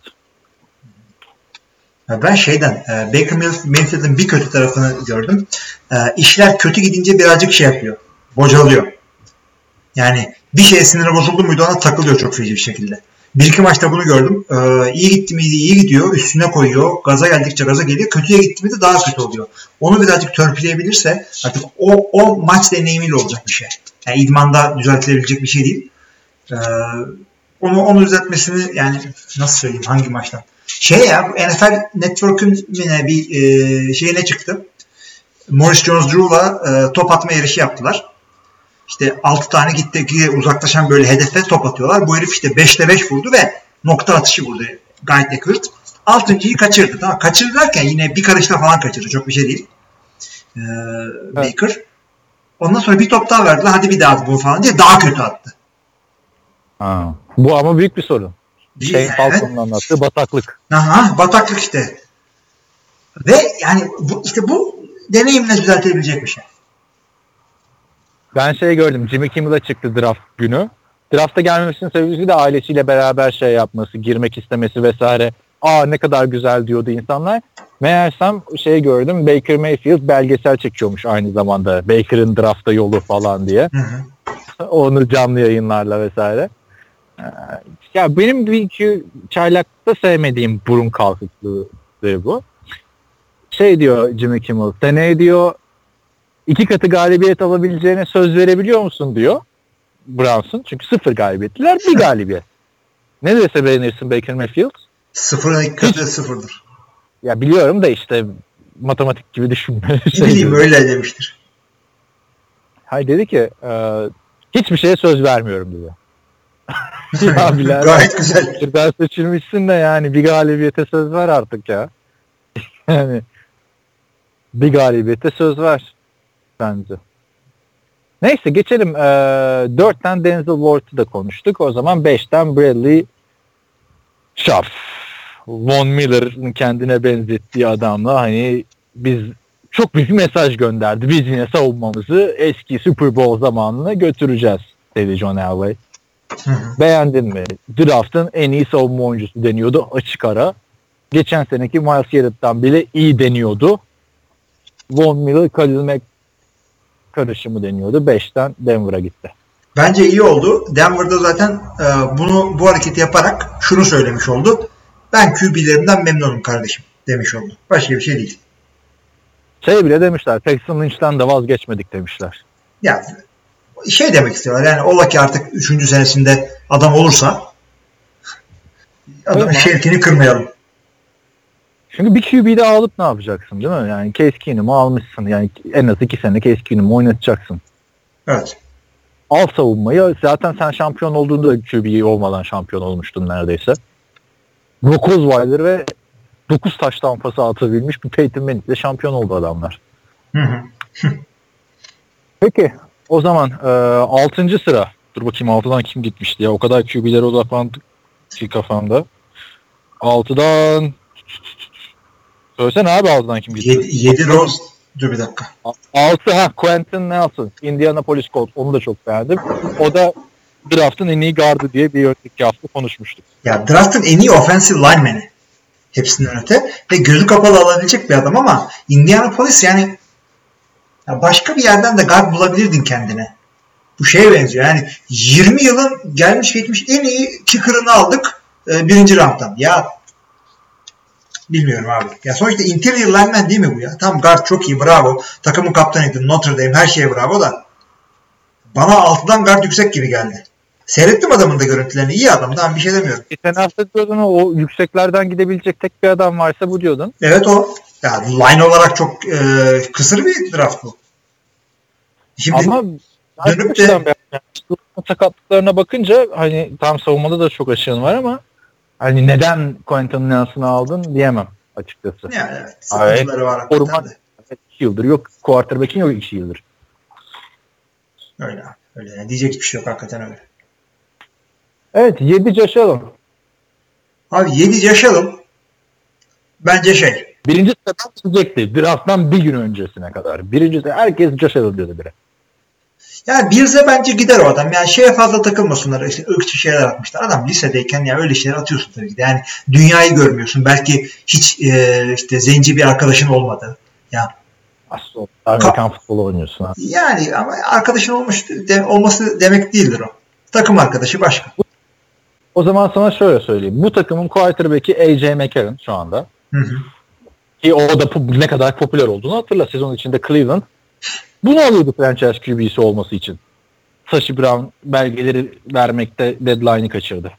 Ben şeyden e, Baker Mayfield'in bir kötü tarafını gördüm. E, işler kötü gidince birazcık şey yapıyor. Bocalıyor. Yani bir şeye siniri bozuldu muydu ona takılıyor çok feci bir şekilde. Bir iki maçta bunu gördüm. Ee, iyi gitti miydi iyi gidiyor. Üstüne koyuyor. Gaza geldikçe gaza geliyor. Kötüye gitti miydi daha kötü oluyor. Onu birazcık törpüleyebilirse artık o, o maç deneyimiyle olacak bir şey. Yani idmanda düzeltilebilecek bir şey değil. Ee, onu onu düzeltmesini yani nasıl söyleyeyim hangi maçtan? Şey ya N F L Network'ün yine bir e, şeyine çıktı. Maurice Jones-Drew'la e, top atma yarışı yaptılar. İşte altı tane gitti uzaklaşan böyle hedefe top atıyorlar. Bu herif işte beşte beş vurdu ve nokta atışı vurdu gayet accurate. altıncıyı kaçırdı. Tamam. Kaçırdı derken yine bir karışta falan kaçırdı. Çok bir şey değil. Ee, evet. Baker. Ondan sonra bir top daha verdiler. Hadi bir daha at bunu falan diye daha kötü attı. Ha. Bu ama büyük bir sorun. Şey evet. Falcon'un anlattığı bataklık. Aha, bataklık işte. Ve yani bu, işte bu deneyimle düzeltebilecek bir şey. Ben şey gördüm. Jimmy Kimmel'a çıktı draft günü. Drafta gelmemesinin sebebi de ailesiyle beraber şey yapması, girmek istemesi vesaire. Aa ne kadar güzel diyordu insanlar. Meğersem şey gördüm. Baker Mayfield belgesel çekiyormuş aynı zamanda. Baker'ın drafta yolu falan diye. Hı hı. Onu canlı yayınlarla vesaire. Ya benim bir çaylakta sevmediğim burun kalkıklığı bu. Şey diyor Jimmy Kimmel. Seneye diyor iki katı galibiyet alabileceğine söz verebiliyor musun diyor Browns'un. Çünkü sıfır galibiyetliler bir galibiyet. Ne dese beğenirsin Baker Mayfield? Sıfırın iki katı sıfırdır. Ya biliyorum da işte matematik gibi düşünme. Ne bileyim öyle demiştir. Hayır dedi ki e, hiçbir şeye söz vermiyorum diyor. Ya Bilal, gayet güzel. Birden seçilmişsin de yani bir galibiyete söz ver artık ya. Yani bir galibiyete söz ver bence. Neyse geçelim. E, dörtten Denzel Ward'u da konuştuk. O zaman beşten Bradley Schaff. Von Miller'ın kendine benzettiği adamla hani biz çok büyük bir mesaj gönderdi. Biz yine savunmamızı eski Super Bowl zamanına götüreceğiz dedi John Elway. Hı hı. Beğendin mi? Draft'ın en iyi savunma oyuncusu deniyordu açık ara. Geçen seneki Myles Garrett'tan bile iyi deniyordu. Von Miller, Khalil Mack karışımı deniyordu. beşten Denver'a gitti. Bence iyi oldu. Denver'da zaten e, bunu bu hareketi yaparak şunu söylemiş oldu. Ben Q B'lerimden memnunum kardeşim demiş oldu. Başka bir şey değil. Şey bile demişler. Texan Lynch'ten de vazgeçmedik demişler. Ya şey demek istiyorlar. Yani ola ki artık üçüncü senesinde adam olursa adamın Evet. şevkini kırmayalım. Çünkü bir Q B'de alıp ne yapacaksın değil mi? Yani Case Keenum'u almışsın. Yani en az iki sene Case Keenum'u oynatacaksın. Evet. Al savunmayı. Zaten sen şampiyon olduğunda Q B olmadan şampiyon olmuştun neredeyse. Brock Osweiler ve dokuz taş tampası atabilmiş bir Peyton Manning'le şampiyon oldu adamlar. Hı hı. Peki o zaman e, altıncı sıra. Dur bakayım altıdan kim gitmişti ya. O kadar Q B'lere odaklandık ki kafamda. altıdan söylesene abi altıdan kim gitti? yedi Rose. Dur bir dakika. altı ha Quentin Nelson. Indianapolis Colts. Onu da çok beğendim. O da draft'ın en iyi gardı diye bir önceki hafta konuşmuştuk. Ya draft'ın en iyi offensive lineman'i. Hepsinden öte. Ve gözü kapalı alabilecek bir adam ama Indianapolis yani ya başka bir yerden de guard bulabilirdin kendine. Bu şeye benziyor. Yani yirmi yılın gelmiş geçmiş en iyi kicker'ını aldık e, birinci round'dan. Ya bilmiyorum abi. Ya sonuçta interior lineman değil mi bu ya? Tam guard çok iyi, bravo. Takımın kaptanıydı, Notre Dame, her şeye bravo da. Bana altıdan guard yüksek gibi geldi. Seyrettim adamın da görüntülerini. İyi adam. Tamam bir şey demiyorum. Geçen hafta diyordun o yükseklerden gidebilecek tek bir adam varsa bu diyordun. Evet o. Ya line olarak çok e, kısır bir draft bu. Şimdi Ama dönüp de yani, sakatlıklarına bakınca hani tam savunmada da çok aşığın var ama hani neden Quentin Nelson'ı aldın diyemem açıkçası. yani evet. Sıkıntıları var Koruma hakikaten de. iki yıldır yok. Quarterback'in yok iki yıldır. Öyle. Öyle. Yani diyecek bir şey yok. Hakikaten öyle. Evet yedi Josh Allen. Abi yedi yaşayalım. Bence şey. Birinci sıradan gidecekti. Draft'tan bir gün öncesine kadar. Birinci sıra herkes Josh Allen diyordu biri. Yani Bilz'e bence gider o adam. Yani şeye fazla takılmasınlar. İşte ırkçı şeyler atmışlar. Adam lisedeyken ya öyle şeyler atıyorsun tabii ki de. Yani dünyayı görmüyorsun. Belki hiç e, işte zenci bir arkadaşın olmadı. Ya Aslında Amerikan futbolu oynuyorsun. Ha. yani ama arkadaşın olmuş de, olması demek değildir o. Takım arkadaşı başka. O zaman sana şöyle söyleyeyim. Bu takımın quarterback'i A J McCarron şu anda. Hı hı. Ki o da ne kadar popüler olduğunu hatırla. Sezon içinde Cleveland bunu alıyordu franchise Q B'si olması için. Sashi Brown belgeleri vermekte deadline'ı kaçırdı.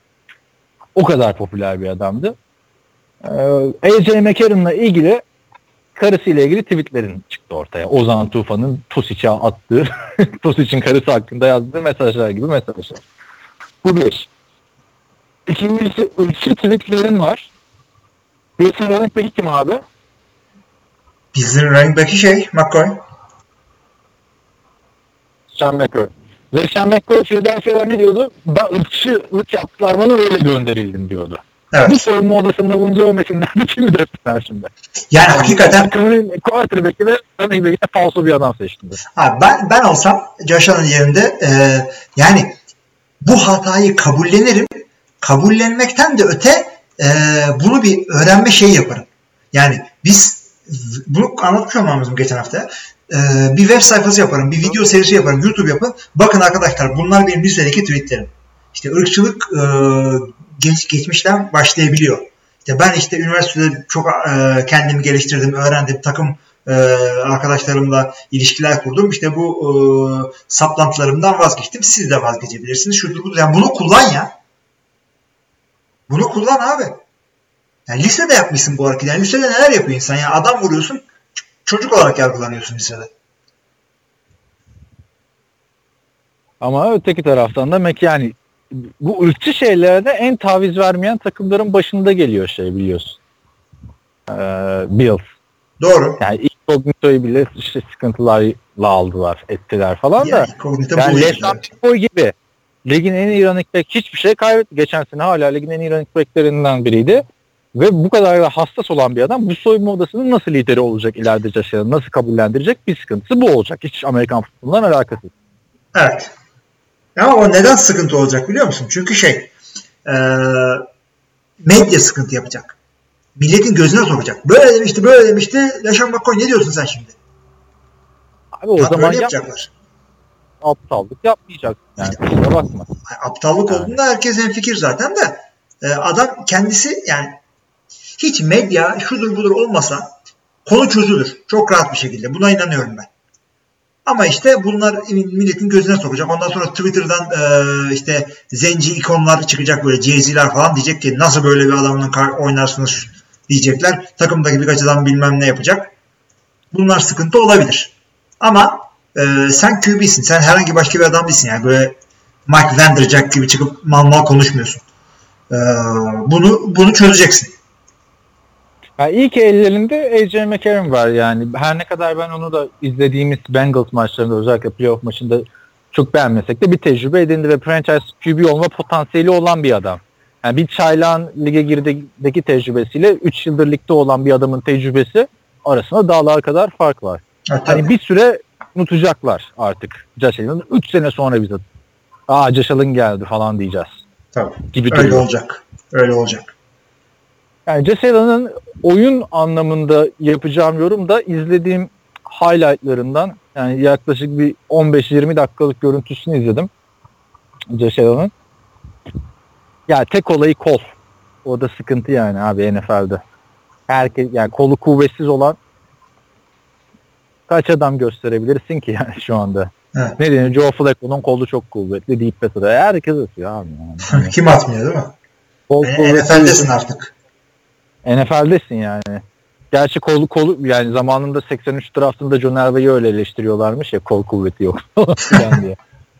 O kadar popüler bir adamdı. Ee, A J McCarron'la ilgili karısıyla ilgili tweetlerin çıktı ortaya. Ozan Tufan'ın Tosic'e attığı Tosic'in karısı hakkında yazdığı mesajlar gibi mesajlar. Bu bir. İkincisi ırkçı tweetlerin var. Bir running back'i kim abi? Bizim running back'i şey McCoy. Sean McCoy. Ve Sean McCoy Philadelphia'da ne diyordu? Ben ırkçılık yaptılar bana öyle gönderildim diyordu. Evet. Bu soyunma odasında bunu görmesinler de kimi defter şimdi. Yani hakikaten Takımın quarterback'i ve running back'i de falso bir adam seçtim. abi ben, ben olsam Josh Allen yerinde e, yani bu hatayı kabullenirim. Kabullenmekten de öte e, bunu bir öğrenme şeyi yaparım. Yani biz bunu anlatmış olmam lazım geçen hafta. E, bir web sayfası yaparım, bir video serisi yaparım, YouTube yapın. Bakın arkadaşlar bunlar benim lisedeki tweetlerim. İşte ırkçılık e, geç, geçmişten başlayabiliyor. İşte ben işte üniversitede çok e, kendimi geliştirdim, öğrendim, takım e, arkadaşlarımla ilişkiler kurdum. İşte bu e, saplantılarımdan vazgeçtim. Siz de vazgeçebilirsiniz. Şudur budur. Yani bunu kullan ya. Bunu kullan abi. Yani lisede yapmışsın bu hareketi. Yani lisede neler yapıyor insan? Yani adam vuruyorsun, ç- çocuk olarak yargılanıyorsun lisede. Ama öteki taraftan da Mac yani bu ırkçı şeylerde en taviz vermeyen takımların başında geliyor şey biliyorsun. Ee, Bills. Doğru. Yani ilk Cognito'yu bile işte sıkıntılarla aldılar, ettiler falan da. Yani, Cognito Yani bu Lesan Boy gibi ligin en iyi running back hiçbir şey kaybetti. Geçen sene hala ligin en iyi running backlerinden biriydi. Ve bu kadar da hassas olan bir adam bu soyunma odasının nasıl lideri olacak ileride Josh'ı nasıl kabullendirecek bir sıkıntısı bu olacak. Hiç Amerikan futbolundan alakası yok. Evet. Ama o neden sıkıntı olacak biliyor musun? Çünkü şey e, medya sıkıntı yapacak. Milletin gözüne sokacak. Böyle demişti, böyle demişti. Yaşam McCoy ne diyorsun sen şimdi? Abi o Ya zaman böyle yap, yapacaklar. aptallık yapmayacaksın. Yani kusura bakma. Aptallık yani. Olduğunda herkes hemfikir zaten de e, adam kendisi yani hiç medya şudur budur olmasa konu çözülür. Çok rahat bir şekilde. Buna inanıyorum ben. Ama işte bunlar milletin gözüne sokacak. Ondan sonra Twitter'dan e, işte zenci ikonlar çıkacak böyle Jay-Z'ler falan diyecek ki nasıl böyle bir adamla oynarsınız diyecekler. Takımdaki birkaç adam bilmem ne yapacak. Bunlar sıkıntı olabilir. Ama e, sen Q B'sin. Sen herhangi başka bir adam değilsin. Yani böyle Mike Vanderjagt gibi çıkıp mal mal konuşmuyorsun. E, bunu bunu çözeceksin. Yani ilk ellerinde A J McCarron var yani. Her ne kadar ben onu da izlediğimiz Bengals maçlarında özellikle playoff maçında çok beğenmesek de bir tecrübe edindi ve franchise Q B olma potansiyeli olan bir adam. Yani bir çaylağın lige girdiğindeki tecrübesiyle üç yıldır ligde olan bir adamın tecrübesi arasında dağlar kadar fark var. Evet, hani bir süre unutacaklar artık Josh Allen'ı. üç sene sonra bize aa Josh Allen geldi falan diyeceğiz. Tabii. Gibi öyle duruyor. olacak. Öyle olacak. Yani Josh Allen'ın oyun anlamında yapacağım yorum da izlediğim highlightlarından yani yaklaşık bir on beş yirmi dakikalık görüntüsünü izledim. Josh Allen'ın. Ya tek olayı kol. O da sıkıntı yani abi N F L'de. Herkes yani kolu kuvvetsiz olan kaç adam gösterebilirsin ki yani şu anda. Evet. Ne deniyor? Joe Flacco'nun kolu çok kuvvetli deyip mesela herkes atıyor abi. Yani. Kim atmıyor değil mi? Kol N F L'desin artık. N F L'desin yani. Gerçi kolu kolu yani zamanında seksen üç draftında John Elway'i öyle eleştiriyorlarmış ya kol kuvveti yok falan diye.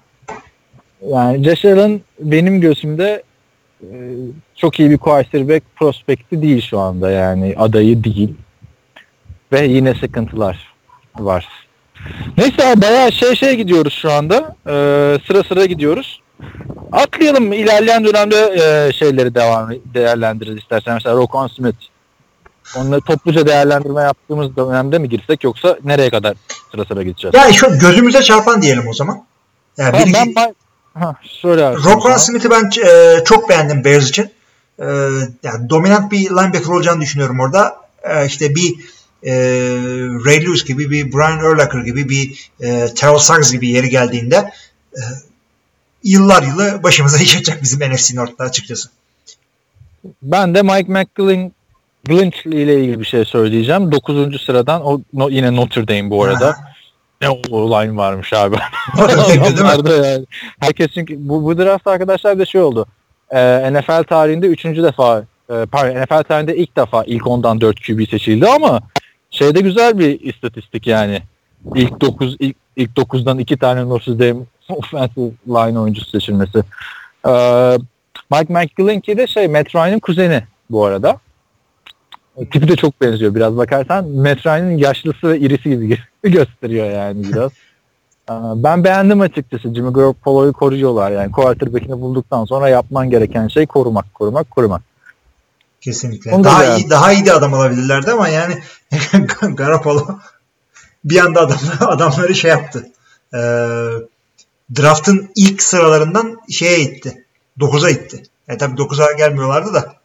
Yani Josh Allen benim gözümde e, çok iyi bir quarterback prospekti değil şu anda yani adayı değil. Ve yine sıkıntılar var. Neyse abi bayağı şey şey gidiyoruz şu anda. Ee, sıra sıra gidiyoruz. Atlayalım ilerleyen dönemde e, şeyleri devam değerlendiririz istersen. Mesela Roquan Smith. Onları topluca değerlendirme yaptığımız dönemde mi girsek yoksa nereye kadar sıra sıra gideceğiz? Yani şu gözümüze çarpan diyelim o zaman. Yani ben, bir ben, ben ha, söyle abi. Roquan Smith'i ben e, çok beğendim Bears için. E, yani dominant bir linebacker olacağını düşünüyorum orada. E, işte bir e, Ray Lewis gibi, bir Brian Urlacher gibi, bir e, Terrell Suggs gibi yeri geldiğinde e, yıllar yılı başımıza iş açacak bizim N F C North'ta açıkçası. Ben de Mike McGlinchey ile ilgili bir şey söyleyeceğim. dokuzuncu sıradan o no, yine Notre Dame bu arada. Ha. Ne line varmış abi. Adamlarda yani. Herkes çünkü bu, bu draft arkadaşlar da şey oldu. Ee, N F L tarihinde üçüncü defa e, pardon N F L tarihinde ilk defa ilk ondan dört Q B seçildi ama şeyde güzel bir istatistik yani. İlk dokuz ilk, ilk dokuzdan iki tane Notre Dame offensive line oyuncusu seçilmesi. Ee, Mike McGlinchey de şey Matt Ryan'ın kuzeni bu arada. Tipi de çok benziyor biraz bakarsan. Matt Ryan'ın yaşlısı ve irisi gibi gösteriyor yani biraz. Ben beğendim açıkçası. Jimmy Garoppolo'yu koruyorlar yani. Quarterback'ini bulduktan sonra yapman gereken şey korumak, korumak, korumak. Kesinlikle. Onu daha iyi, daha iyi de adam alabilirlerdi ama yani Garoppolo bir anda adamları, adamları şey yaptı. Ee, draft'ın ilk sıralarından şeye itti. dokuza itti. Yani tabii dokuza gelmiyorlardı da.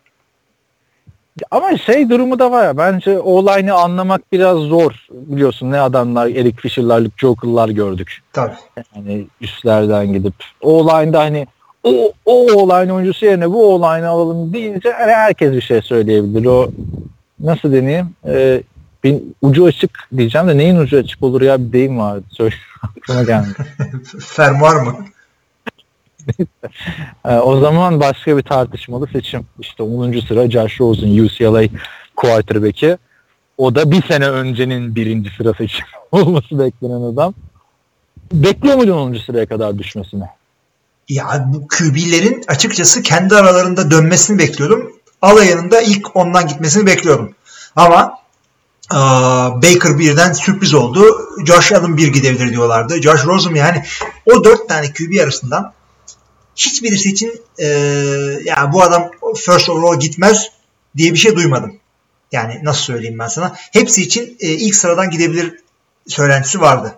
Ama şey durumu da var ya bence o line'ı anlamak biraz zor. Biliyorsun ne adamlar Eric Fisher'lar, Luke Jokel'lar gördük. Tabii. Yani üstlerden gidip o line'da hani o o line oyuncusu yerine bu o line'ı alalım deyince hani herkes bir şey söyleyebilir. O nasıl deneyim? Ee, bir ucu açık diyeceğim de neyin ucu açık olur ya bir deyim vardı. Söyle aklıma geldi. Fermuar mı? ee, o zaman başka bir tartışmalı seçim. İşte onuncu sıra Josh Rosen U C L A quarterback'i. O da bir sene öncenin birinci sıra seçim olması beklenen adam. Bekliyor muydun onuncu sıraya kadar düşmesini? Ya bu Q B'lerin açıkçası kendi aralarında dönmesini bekliyordum. Alayının da ilk ondan gitmesini bekliyordum. Ama aa, Baker birden sürpriz oldu. Josh Allen bir gidebilir diyorlardı. Josh Rosen yani o dört tane Q B arasından hiçbirisi için e, ya bu adam first overall gitmez diye bir şey duymadım. Yani nasıl söyleyeyim ben sana. Hepsi için e, ilk sıradan gidebilir söylentisi vardı.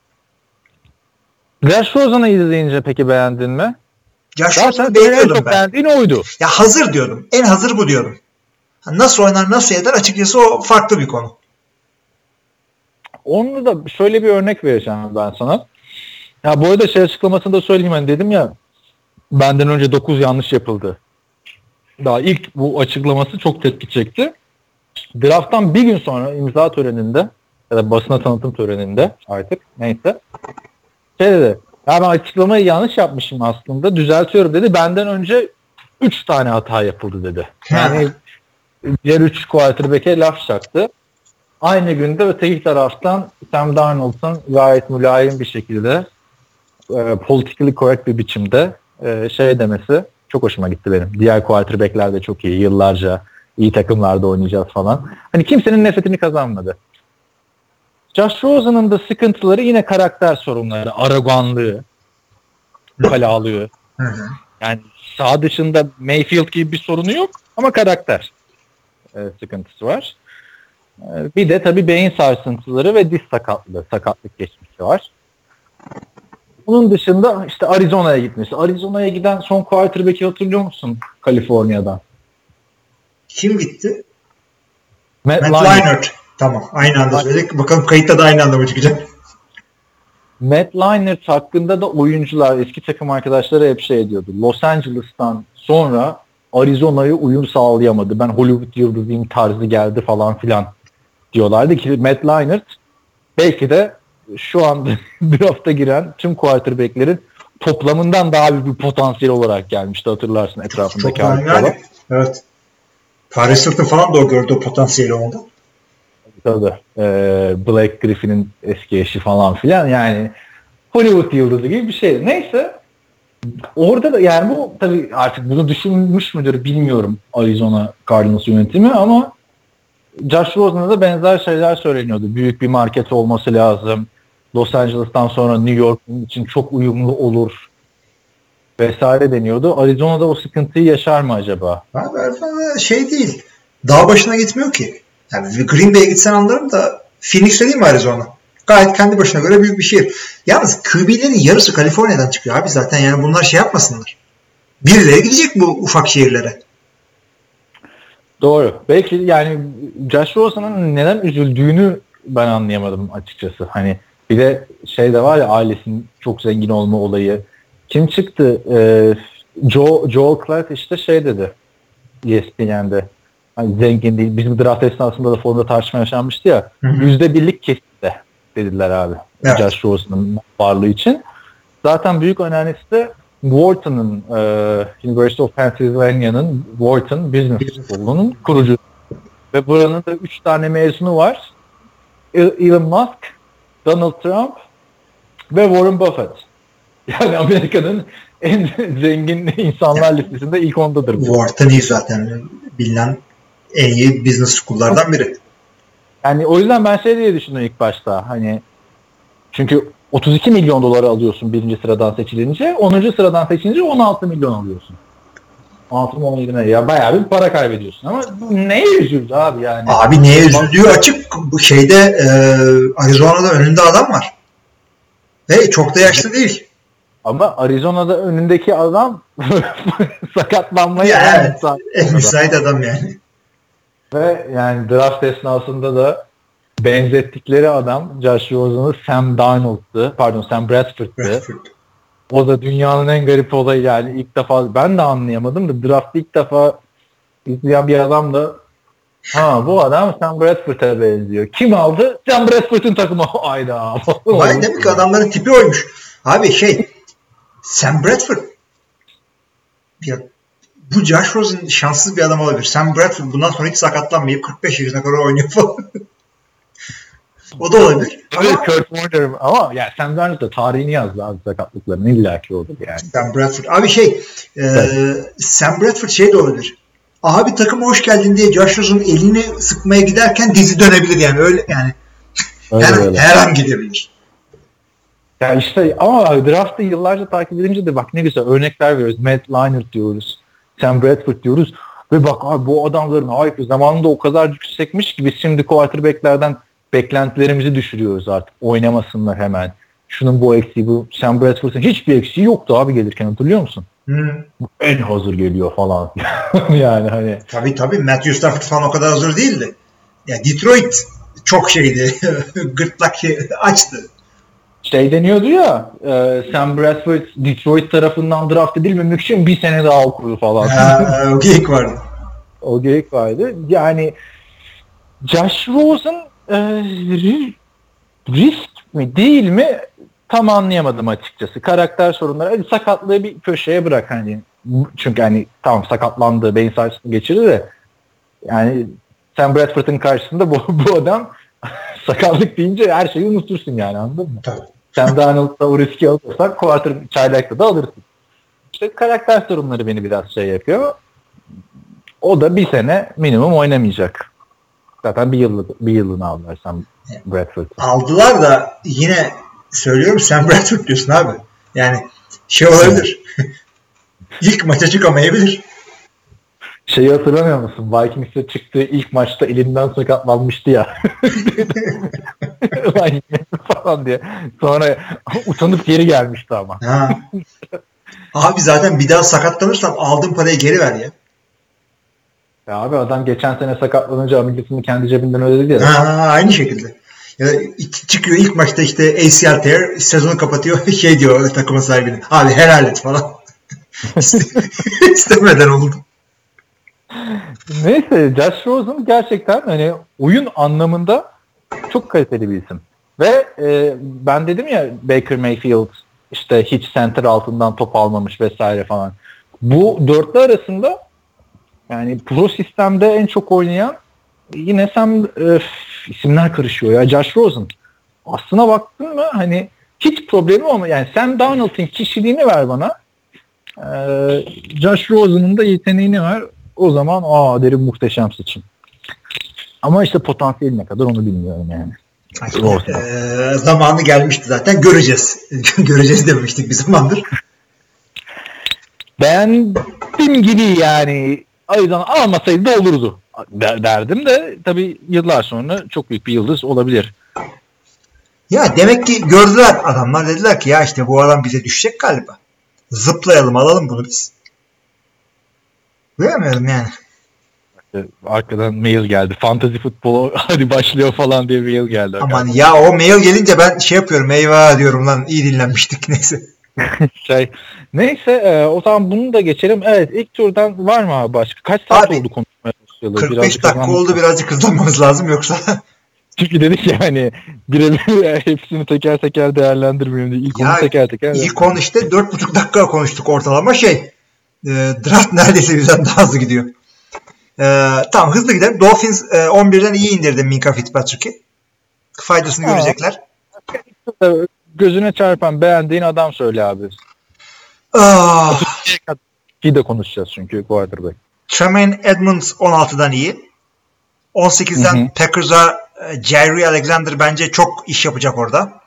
Josh Rosen'ı izleyince peki beğendin mi? Josh Rosen'ı beğeniyordum ben. Beğendiğin oydu. Ya hazır diyordum. En hazır bu diyordum. Nasıl oynar nasıl eder açıkçası o farklı bir konu. Onu da şöyle bir örnek vereceğim ben sana. Ya bu arada şey açıklamasını da söyleyeyim, hani dedim ya benden önce dokuz yanlış yapıldı. Daha ilk bu açıklaması çok tepki çekti. Draft'tan bir gün sonra imza töreninde ya da basına tanıtım töreninde artık neyse şey dedi. Ya ben açıklamayı yanlış yapmışım aslında, düzeltiyorum dedi. Benden önce üç tane hata yapıldı dedi. Yani diğer üç quarterback'e laf çaktı. Aynı günde öteki taraftan Sam Darnold'un gayet mülayim bir şekilde e, politically correct bir biçimde e, şey demesi çok hoşuma gitti benim. Diğer quarterback'ler de çok iyi. Yıllarca iyi takımlarda oynayacağız falan. Hani kimsenin nefretini kazanmadı. Josh Rosen'ın da sıkıntıları yine karakter sorunları, arroganlığı, ukalalığı. Yani sağ dışında Mayfield gibi bir sorunu yok ama karakter e, sıkıntısı var. E, bir de tabii beyin sarsıntıları ve diz sakatlığı, sakatlık geçmişi var. Bunun dışında işte Arizona'ya gitmesi. Arizona'ya giden son quarterback'i hatırlıyor musun Kaliforniya'dan? Kim gitti? Matt, Matt Leinart. Leinart. Tamam. Aynı anda söyledik. Bakalım kayıtta da aynı anda mı çıkacak? Matt Leinart hakkında da oyuncular, eski takım arkadaşları hep şey diyordu. Los Angeles'tan sonra Arizona'ya uyum sağlayamadı. Ben Hollywood yıldızıyım tarzı geldi falan filan diyorlardı ki Matt Leinart belki de şu anda drafta giren tüm quarterback'lerin toplamından daha büyük bir potansiyel olarak gelmişti, hatırlarsın etrafındaki yani. Evet. Paris Hilton falan da o gördü o potansiyeli onda. Tabii. Ee, Blake Griffin'in eski eşi falan filan, yani Hollywood yıldızı gibi bir şey. Neyse. Orada da yani bu tabii artık bunu düşünmüş müdür bilmiyorum Arizona Cardinals yönetimi, ama Josh Rosen'a da benzer şeyler söyleniyordu. Büyük bir market olması lazım. Los Angeles'tan sonra New York'un için çok uyumlu olur vesaire deniyordu. Arizona'da o sıkıntıyı yaşar mı acaba? Abi şey değil. Dağ başına gitmiyor ki. Yani Green Bay'e gitsen anlarım da Phoenix'te değil mi Arizona? Gayet kendi başına göre büyük bir şehir. Yalnız Q B'lerin yarısı Kaliforniya'dan çıkıyor abi zaten, yani bunlar şey yapmasınlar. Birileri gidecek bu ufak şehirlere. Doğru. Belki yani Josh Rosen'ın neden üzüldüğünü ben anlayamadım açıkçası. Hani bir de şey de var ya, ailesinin çok zengin olma olayı. Kim çıktı? Ee, Joe, Joel Klatt işte şey dedi E S P N'de. Hani zengin değil. Bizim draft esnasında da forumda tartışma yaşanmıştı ya. Yüzde birlik kesimde dediler abi. Evet. Josh Rosen'ın varlığı için. Zaten büyük önerisi de Wharton'ın e, University of Pennsylvania'nın Wharton Business School'unun kurucu. Ve buranın da üç tane mezunu var. Elon Musk, Donald Trump ve Warren Buffett. Yani Amerika'nın en zengin insanlar listesinde ilk ondadır. Wharton iyi zaten. Bilinen en iyi business school'lardan biri. Yani o yüzden ben şey diye düşündüm ilk başta. Hani çünkü otuz iki milyon doları alıyorsun birinci sıradan seçilince, onuncu sıradan seçilince on altı milyon alıyorsun. altı mı on yedi mi? Ya bayağı bir para kaybediyorsun ama neye üzüldü abi yani? Abi neye üzüldüğü açık. Bu şeyde e, Arizona'da önünde adam var. Ve çok da yaşlı değil. Ama Arizona'da önündeki adam sakatlanmaya ya, en evet, müsait, en müsait adam yani. Ve yani draft esnasında da benzettikleri adam Josh Rosen'ı Sam Darnold'tu. Pardon Sam Bradford'tu. Bradford. O da dünyanın en garip olayı yani. İlk defa ben de anlayamadım da draft'ı ilk defa izleyen bir adam da ha bu adam Sam Bradford'a benziyor. Kim aldı? Sam Bradford'un takımı. Ayda. Vay demek ki adamların tipi oymuş. Abi şey Sam Bradford ya, bu Josh Rosen şanssız bir adam olabilir. Sam Bradford bundan sonra hiç sakatlanmayıp kırk beş yaşına kadar oynuyor falan. O da olabilir. Öyle Kurt Warner ama ya Sam Darnold da tarihini yazdı abi sakatlıklarının illaki olur yani. Sam Bradford. Abi şey e, evet. Sam Bradford şey de olabilir. Abi takıma hoş geldin diye Josh Rosen'ın elini sıkmaya giderken dizi dönebilir yani öyle yani. Öyle yani öyle. her an gidebilir. Ya işte ama draft'ı yıllarca takip edince de bak ne güzel örnekler veriyoruz. Matt Leinart diyoruz. Sam Bradford diyoruz. Ve bak abi bu adamların hayır zamanında o kadar yüksekmiş ki biz şimdi quarterback'lerden beklentilerimizi düşürüyoruz artık. Oynamasınlar hemen. Şunun bu eksiği bu. Sam Bradford'un hiçbir eksiği yoktu abi gelirken hatırlıyor musun? Hmm. En hazır geliyor falan. yani hani. Tabii tabii Matthew Stafford falan o kadar hazır değildi. Ya Detroit çok şeydi. Gırtlak şey, açtı. şey deniyordu ya, e, Sam Bradford Detroit tarafından draft edilmemek için bir sene daha okudu falan. Ha, o geyik vardı. O geyik vardı. Yani Josh Rosen e, risk mi değil mi tam anlayamadım açıkçası. Karakter sorunları. Hadi sakatlığı bir köşeye bırak hani. Çünkü hani tamam sakatlandı, beyin sarsıntı geçirdi de yani Sam Bradford'ın karşısında bu, bu adam sakatlık deyince her şeyi unutursun yani, anladın mı? Tabii. Sam Darnold'da o riski alırsan quarter çaylakta da alırsın. İşte karakter sorunları beni biraz şey yapıyor. O da bir sene minimum oynamayacak. Zaten bir yıllık bir yıllığını aldılar Sam Bradford'ı. Aldılar da yine söylüyorum, Sam Bradford diyorsun abi. Yani şey olabilir. İlk maça çıkamayabilir. Şeyi hatırlamıyor musun? Vikings'e çıktığı ilk maçta elinden sakatlanmıştı ya. falan diye. Sonra utanıp geri gelmişti ama. Ha. Abi zaten bir daha sakatlanırsam aldığım parayı geri ver ya. Ya abi adam geçen sene sakatlanınca ameliyatını kendi cebinden ödedi ya. Ha, aynı şekilde. Ya çıkıyor ilk maçta işte A C L tear, sezonu kapatıyor, şey diyor takımın sahibine. Abi helal et falan. İstemeden oldu. Neyse, Josh Rosen gerçekten hani oyun anlamında çok kaliteli bir isim. Ve e, ben dedim ya Baker Mayfield işte hiç center altından top almamış vesaire falan. Bu dörtlü arasında yani pro sistemde en çok oynayan yine Sam e, isimler karışıyor ya, Josh Rosen. Aslına baktın mı hani hiç problemi olmuyor. Yani Sam Darnold'un kişiliğini ver bana. E, Josh Rosen'ın da yeteneğini ver. O zaman aa derim muhteşem seçim. Ama işte potansiyeli ne kadar onu bilmiyorum yani. Ee, zamanı gelmişti zaten. Göreceğiz. Göreceğiz demiştik bir zamandır. Beğendim gibi yani. O yüzden almasaydı da olurdu derdim de tabii yıllar sonra çok büyük bir yıldız olabilir. Ya demek ki gördüler adamlar, dediler ki ya işte bu adam bize düşecek galiba. Zıplayalım, alalım bunu biz. Bilemiyorum yani. Arkadan mail geldi. Fantasy futbol hadi başlıyor falan diye mail geldi. Aman ya, o mail gelince ben şey yapıyorum, eyvah diyorum lan, iyi dinlenmiştik neyse. şey, neyse e, o zaman bunu da geçelim. Evet, ilk turdan var mı abi başka? Kaç saat abi, oldu konuşmaya başlayalı? kırk beş birazcık dakika oldu, birazcık hızlanmamız lazım yoksa. Çünkü dedik ya hani birebir hepsini teker teker değerlendirmeyelim diye. İlk ya, onu teker teker. İlk on işte dört buçuk dakika konuştuk ortalama şey. E, draft neredeyse bizden daha hızlı gidiyor. E, tamam, hızlı gidelim. Dolphins e, on birden iyi indirdi Minka Fitzpatrick'i. Faydasını ha. görecekler. Gözüne çarpan beğendiğin adam söyle abi. Ah. Bir de konuşacağız çünkü quarterback. Tremaine Edmonds on altıdan iyi. on sekizden hı hı. Packers'a Jaire Alexander bence çok iş yapacak orada.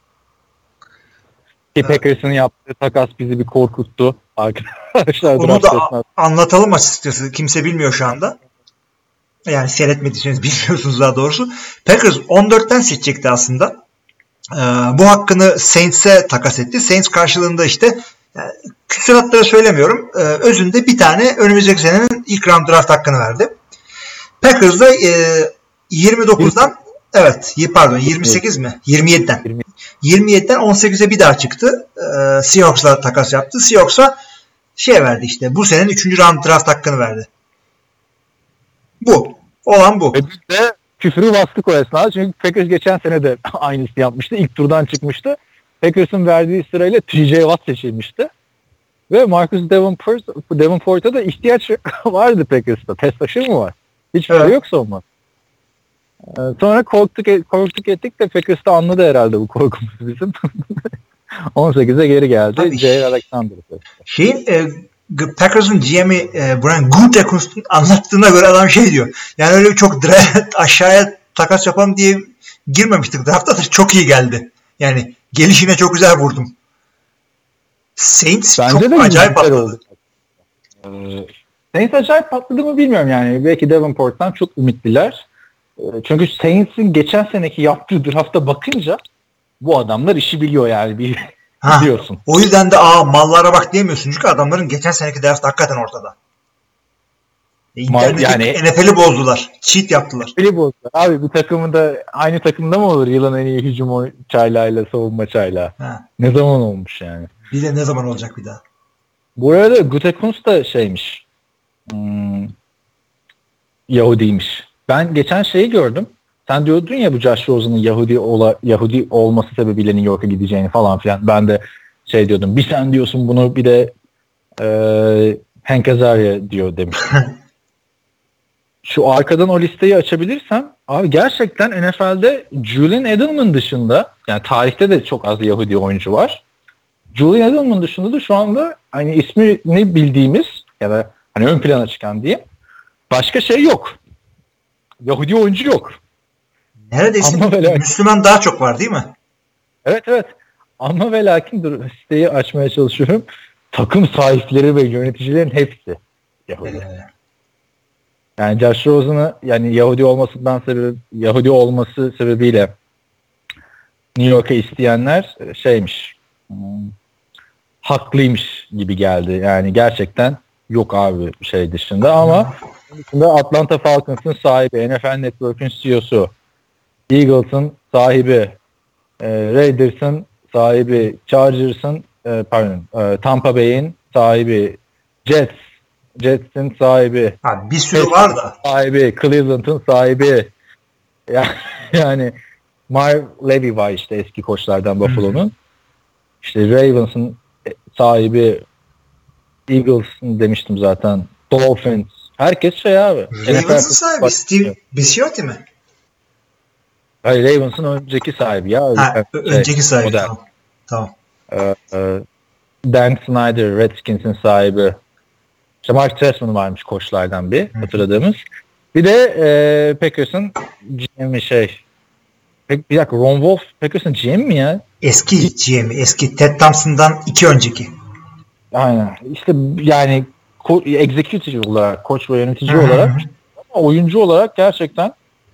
Ki Packers'ın yaptığı takas bizi bir korkuttu. Arkadaşlar onu da a- anlatalım açıkçası. Kimse bilmiyor şu anda. Yani seyretmediyseniz bilmiyorsunuz daha doğrusu. Packers on dörtten seçecekti aslında. Ee, bu hakkını Saints'e takas etti. Saints karşılığında işte yani, küsuratları söylemiyorum. Ee, özünde bir tane önümüzdeki senenin ilk round draft hakkını verdi. Packers'da e, yirmi dokuzdan evet pardon yirmi sekiz mi? yirmi yediden. yirmi yediden on sekize bir daha çıktı. Ee, Seahawks'la takas yaptı. Seahawks'a şey verdi işte. Bu senenin üçüncü round draft hakkını verdi. Bu. Olan bu. Ve biz de küfürü bastık o esnada. Çünkü Packers geçen sene de aynısını yapmıştı. İlk turdan çıkmıştı. Packers'ın verdiği sırayla T J Watt seçilmişti. Ve Marcus Davenport, Davenport'a da ihtiyaç vardı Packers'ta. Test taşı mı var? Hiçbir evet. şey yoksa olmaz. Ee, sonra korktuk, korktuk ettik de Packers'ta anladı herhalde bu korkumuz bizim. on sekize geri geldi. Jaire Alexander. Şeyin e, Packers'ın G M'i e, Brian Gutekunst'un anlattığına göre adam şey diyor. Yani öyle çok direkt aşağıya takas yapalım diye girmemiştik. Draftta da çok iyi geldi. Yani gelişine çok güzel vurdum. Saints bence çok acayip patladı. Ee, Saints acayip patladı mı bilmiyorum yani. Belki Davenport'tan çok ümitliler. Ee, çünkü Saints'in geçen seneki yaptığı drafta bakınca bu adamlar işi biliyor yani. Bir, ha, biliyorsun. O yüzden de aa mallara bak diyemiyorsun. Çünkü adamların geçen seneki draft hakikaten ortada. İnternetin yani N F L'i bozdular. Cheat yaptılar. Öyle bozdu. Abi bu takımında aynı takımda mı olur yılın en iyi hücum çaylağıyla savunma çaylağı? Ha. Ne zaman olmuş yani? Bir de ne zaman olacak bir daha? Bu arada Gutekunst da şeymiş. Hmm, Yahudiymiş. Ben geçen şeyi gördüm. Sen diyordun ya bu Josh Rosen'ın Yahudi ola, Yahudi olması sebebiyle New York'a gideceğini falan filan. Ben de şey diyordum. Bir sen diyorsun bunu bir de e, Hank Azaria diyor demiştim. Şu arkadan o listeyi açabilirsem abi gerçekten N F L'de Julian Edelman dışında yani tarihte de çok az Yahudi oyuncu var. Julian Edelman dışında da şu anda hani ismini bildiğimiz ya da hani ön plana çıkan diye başka şey yok. Yahudi oyuncu yok. Neredeyse Ama ve lakin, Müslüman daha çok var değil mi? evet evet. Ama ve lakin dur siteyi açmaya çalışıyorum. Takım sahipleri ve yöneticilerin hepsi Yahudi. Ee, Yani Josh Rosen'ı yani Yahudi olmasından sebebi Yahudi olması sebebiyle New York'a isteyenler şeymiş. Hmm, haklıymış gibi geldi. Yani gerçekten yok abi şey dışında ama dışında Atlanta Falcons'ın sahibi, N F L Network'ün C E O'su, Eagles'ın sahibi, e, Raiders'ın sahibi, Chargers'ın e, pardon, e, Tampa Bay'in sahibi, Jets, Jets'in sahibi, abi bir sürü var da. sahibi, Cleveland'ın sahibi. Yani, yani Marv Levy var işte eski koçlardan Buffalo'nun. İşte Ravens'ın sahibi, Eagles'ın demiştim zaten. Dolphins. Herkes şey abi. Ravens'ın sahibi Steve Bisciotti mi? Hayır Ravens'ın önceki sahibi ya. Ha, şey, önceki sahibi. modern. Tamam. Tamam. Ee, e, Dan Snyder, Redskins'in sahibi. İşte Mark Trestman varmış koçlardan bir hatırladığımız. Bir de e, Packers'ın G M'i şey. Pek bir dakika Ron Wolf Packers'ın G M mi ya? Eski G M'i. Eski Ted Thompson'dan iki önceki. Aynen. İşte yani ko- executive olarak, koç ve yönetici Hı-hı. olarak ama oyuncu olarak gerçekten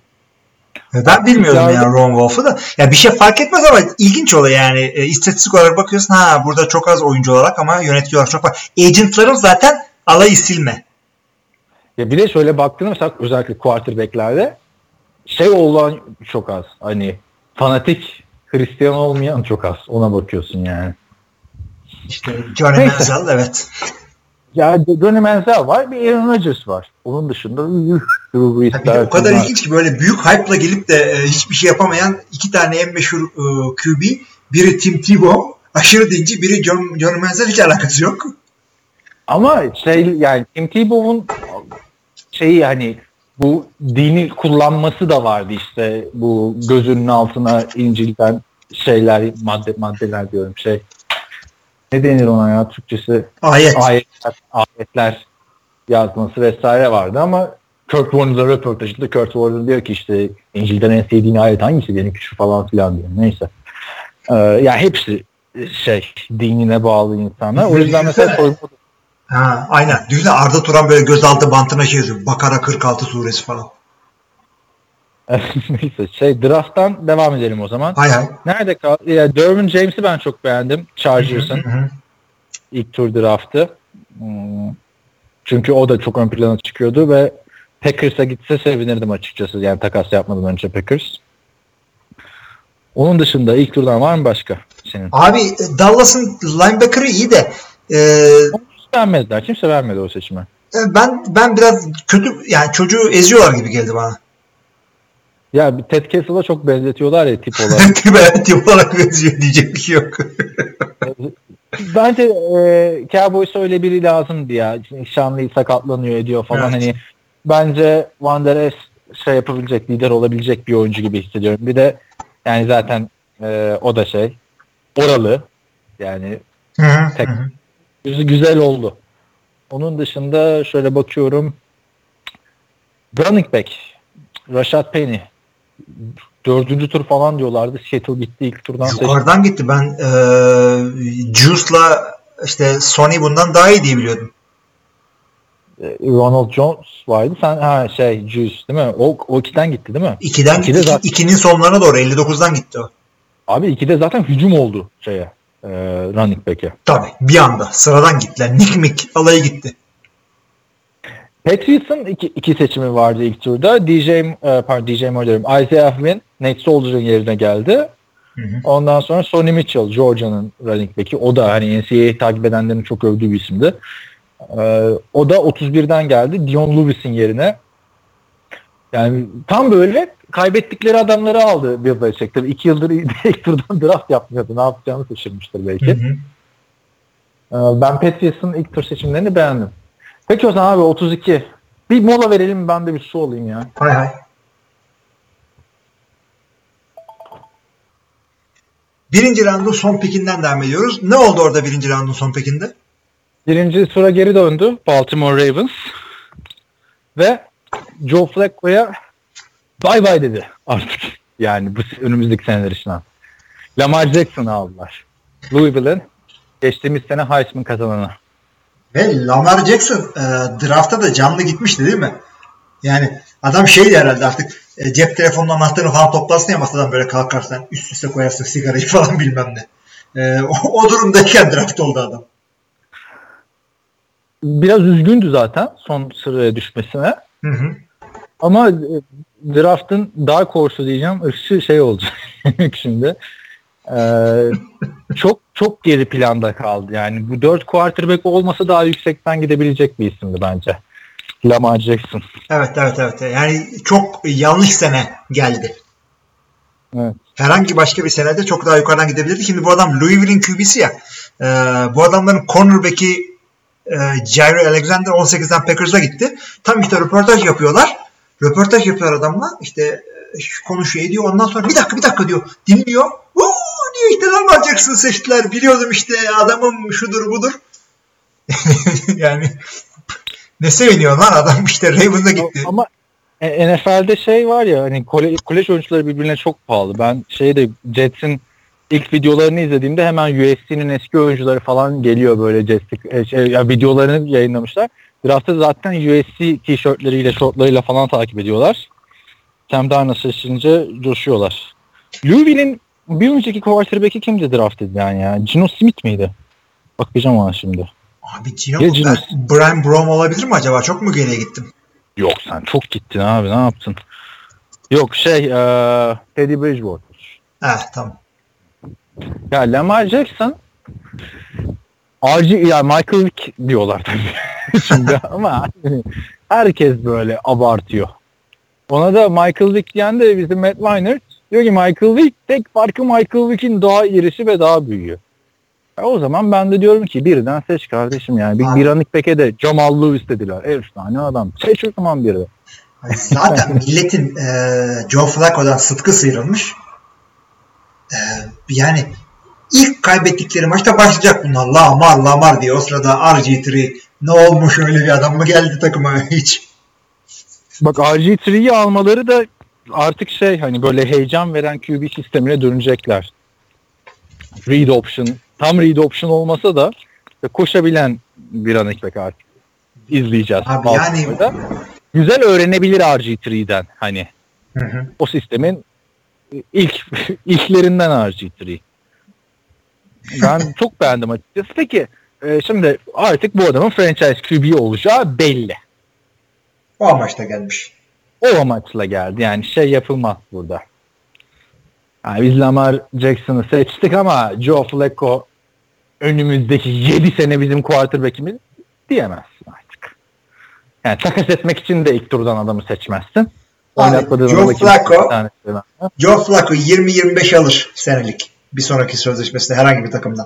ben bilmiyorum yani, yani Ron Wolf'u da. Ya bir şey fark etmez ama ilginç oluyor yani. E, istatistik olarak bakıyorsun ha burada çok az oyuncu olarak ama yönetici olarak çok var. Agentların zaten alayı silme. ya bir de şöyle baktığında mesela özellikle quarterback'lerde şey olan çok az. Hani fanatik Hristiyan olmayan çok az. Ona bakıyorsun yani. İşte Johnny Neyse. Manziel evet. Ya Johnny Manziel var, bir Aaron Rodgers var. Onun dışında Drew Bir de o kadar ilginç ki böyle büyük hype'la gelip de e, hiçbir şey yapamayan iki tane en meşhur e, Q B. Biri Tim Tebow, aşırı dinci, biri John, Johnny Manziel hiç alakası yok. Ama şey yani Tim Tebow'un şeyi hani bu dini kullanması da vardı işte bu gözünün altına İncil'den şeyler madde maddeler diyorum şey ne denir ona ya Türkçesi Ayet. ayetler, ayetler yazması vesaire vardı ama Kurt Warner'la röportajında Kurt Warner diyor ki işte İncil'den en sevdiğin ayet hangisi benim şu falan filan diyor neyse ee, ya yani hepsi şey dinine bağlı insanlar o yüzden mesela soyunma Ha, aynen. Düşünsene Arda Turan böyle gözaltı bantına şey yazıyor. Bakara kırk altı suresi falan. Neyse şey draft'tan devam edelim o zaman. Hay hay. Nerede kaldı? Ya Derwin James'i ben çok beğendim. Chargers'ın ilk tur draft'ı. Hmm. Çünkü o da çok ön plana çıkıyordu ve Packers'a gitse sevinirdim açıkçası. Yani takas yapmadan önce Packers. Onun dışında ilk turdan var mı başka senin? Abi Dallas'ın linebacker'ı iyi de e, Hiç beğenmediler. Kimse vermedi o seçimi. ben ben biraz kötü yani çocuğu eziyorlar gibi geldi bana. Ya bir Ted Castle'a çok benzetiyorlar ya tip olarak. Evet tip olarak benziyor diyecek bir şey yok. Bence e, Cowboys'a öyle biri lazımdı ya. Şanlı sakatlanıyor ediyor falan. Evet. Hani bence Van Der Esch şey yapabilecek, lider olabilecek bir oyuncu gibi hissediyorum. Bir de yani zaten e, o da şey oralı. Yani Hı-hı. tek, yüzü güzel oldu. Onun dışında şöyle bakıyorum. Running back Rashad Penny dördüncü tur falan diyorlardı. Seattle gitti ilk turdan seçti. Yukarıdan gitti. Ben e, Juice'la işte Sony bundan daha iyi diye biliyordum. Ronald Jones vardı. Sen ha şey Juice değil mi? O, o ikiden gitti değil mi? İkiden İkide gitti. zaten, İkinin sonlarına doğru elli dokuzdan gitti o. abi ikide zaten hücum oldu şeye. E, running back'e. Tabii bir anda sıradan gittiler. Nick Mick alayı gitti. Patriots'ın iki, iki seçimi vardı ilk turda. D J, e, pardon D J Moore diyorum. Isaiah Wynn, Nate Solder'ın yerine geldi. Hı hı. Ondan sonra Sonny Mitchell, Georgia'nın running back'i. O da hani N C A A'yi takip edenlerin çok övdüğü bir isimdi. Ee, o da otuz birden geldi. Dion Lewis'in yerine. Yani tam böyle kaybettikleri adamları aldı Bill Belichick. Tabii iki yıldır ilk turdan draft yapmıyordu. Ne yapacağını şaşırmıştır belki. Hı hı. Ee, ben Patriots'ın ilk tur seçimlerini beğendim. Peki o zaman abi otuz iki. Bir mola verelim, ben de bir su alayım ya. Hay hay. Birinci roundun son pikinden devam ediyoruz. Ne oldu orada birinci roundun son pikinde? Birinci sıra geri döndü Baltimore Ravens. Ve Joe Flacco'ya bye bye dedi artık. Yani bu önümüzdeki seneler için. Lamar Jackson'ı aldılar. Louisville'in geçtiğimiz sene Heisman kazananı. Ve Lamar Jackson e, draftta da canlı gitmişti değil mi? Yani adam şeydi herhalde artık e, cep telefonunun anahtarını falan toplarsın ya masadan böyle kalkarsan üst üste koyarsın sigarayı falan bilmem ne. E, o, o durumdayken draft oldu adam. Biraz üzgündü zaten son sıraya düşmesine. Hı hı. Ama e, draft'ın daha korsu diyeceğim ırkçı şey oldu şimdi. Ee, çok çok geri planda kaldı. Yani bu dört quarterback olmasa daha yüksekten gidebilecek bir isimdi bence. Lamar Jackson. Evet evet evet. Yani çok yanlış sene geldi. Evet. Herhangi başka bir senede çok daha yukarıdan gidebilirdi. Şimdi bu adam Louisville'in Q B'si ya. E, bu adamların cornerback'i e, Jaire Alexander on sekizden Packers'a gitti. Tam işte röportaj yapıyorlar. Röportaj yapıyor adamla. İşte konuşuyor ediyor. Ondan sonra bir dakika bir dakika diyor. Dinliyor. Uuu diyor işte Lamar Jackson seçtiler. Biliyordum işte adamım şudur budur. Yani ne seviniyor lan adam işte Ravens'a gitti. Ama N F L'de şey var ya hani kolej, kolej oyuncuları birbirine çok pahalı. Ben şeyde Jets'in ilk videolarını izlediğimde hemen U S C'nin eski oyuncuları falan geliyor böyle Jets'in şey, ya videolarını yayınlamışlar. Draft'ta zaten U S C tişörtleriyle, şortlarıyla falan takip ediyorlar. Sam Darnold seçince coşuyorlar. Louisville'in bir önceki quarterback'i kimdi draft edilen ya? Geno Smith miydi? Bakacağım ona şimdi. Abi Gino, ben, Brian Brom olabilir mi acaba? Çok mu geriye gittim? Yok sen çok gittin abi, ne yaptın? Yok şey ee, Teddy Bridgewater. Eh tamam. Ya Lamar Jackson R G ya Michael Vick diyorlar tabii. Şimdi ama herkes böyle abartıyor. Ona da Michael Vick diyen de bizim Matt Weinert diyor ki Michael Vick tek farkı Michael Vick'in daha irisi ve daha büyüğü. Ya o zaman ben de diyorum ki birden seç kardeşim yani. Bir, bir running back'e de Jamal Lewis dediler. Efsane adam. Seç o zaman biri. Zaten milletin e, Joe Flacco'dan sıtkı sıyrılmış. E, yani ilk kaybettikleri maçta başlayacak bunlar. Lamar Lamar diye. O sırada R G üç ne olmuş öyle bir adam mı geldi takıma hiç. Bak R G üç'yi almaları da artık şey hani böyle heyecan veren Q B sistemine dönecekler. Read option. Tam read option olmasa da koşabilen bir running back artık izleyeceğiz. Abi yani güzel öğrenebilir R G üç'den hani. Hı hı. O sistemin ilk ilklerinden R G üç. Ben çok beğendim açıkçası. Peki e, şimdi artık bu adamın franchise Q B olacağı belli. O amaçla gelmiş. O amaçla geldi. Yani şey yapılmaz burada. Yani biz Lamar Jackson'ı seçtik ama Joe Flacco önümüzdeki yedi sene bizim quarterback'imiz diyemezsin artık. Yani takas etmek için de ilk turdan adamı seçmezsin. Abi, Joe Flacco Joe Flacco yirmi yirmi beş alır senelik. Bir sonraki sözleşmesinde herhangi bir takımdan.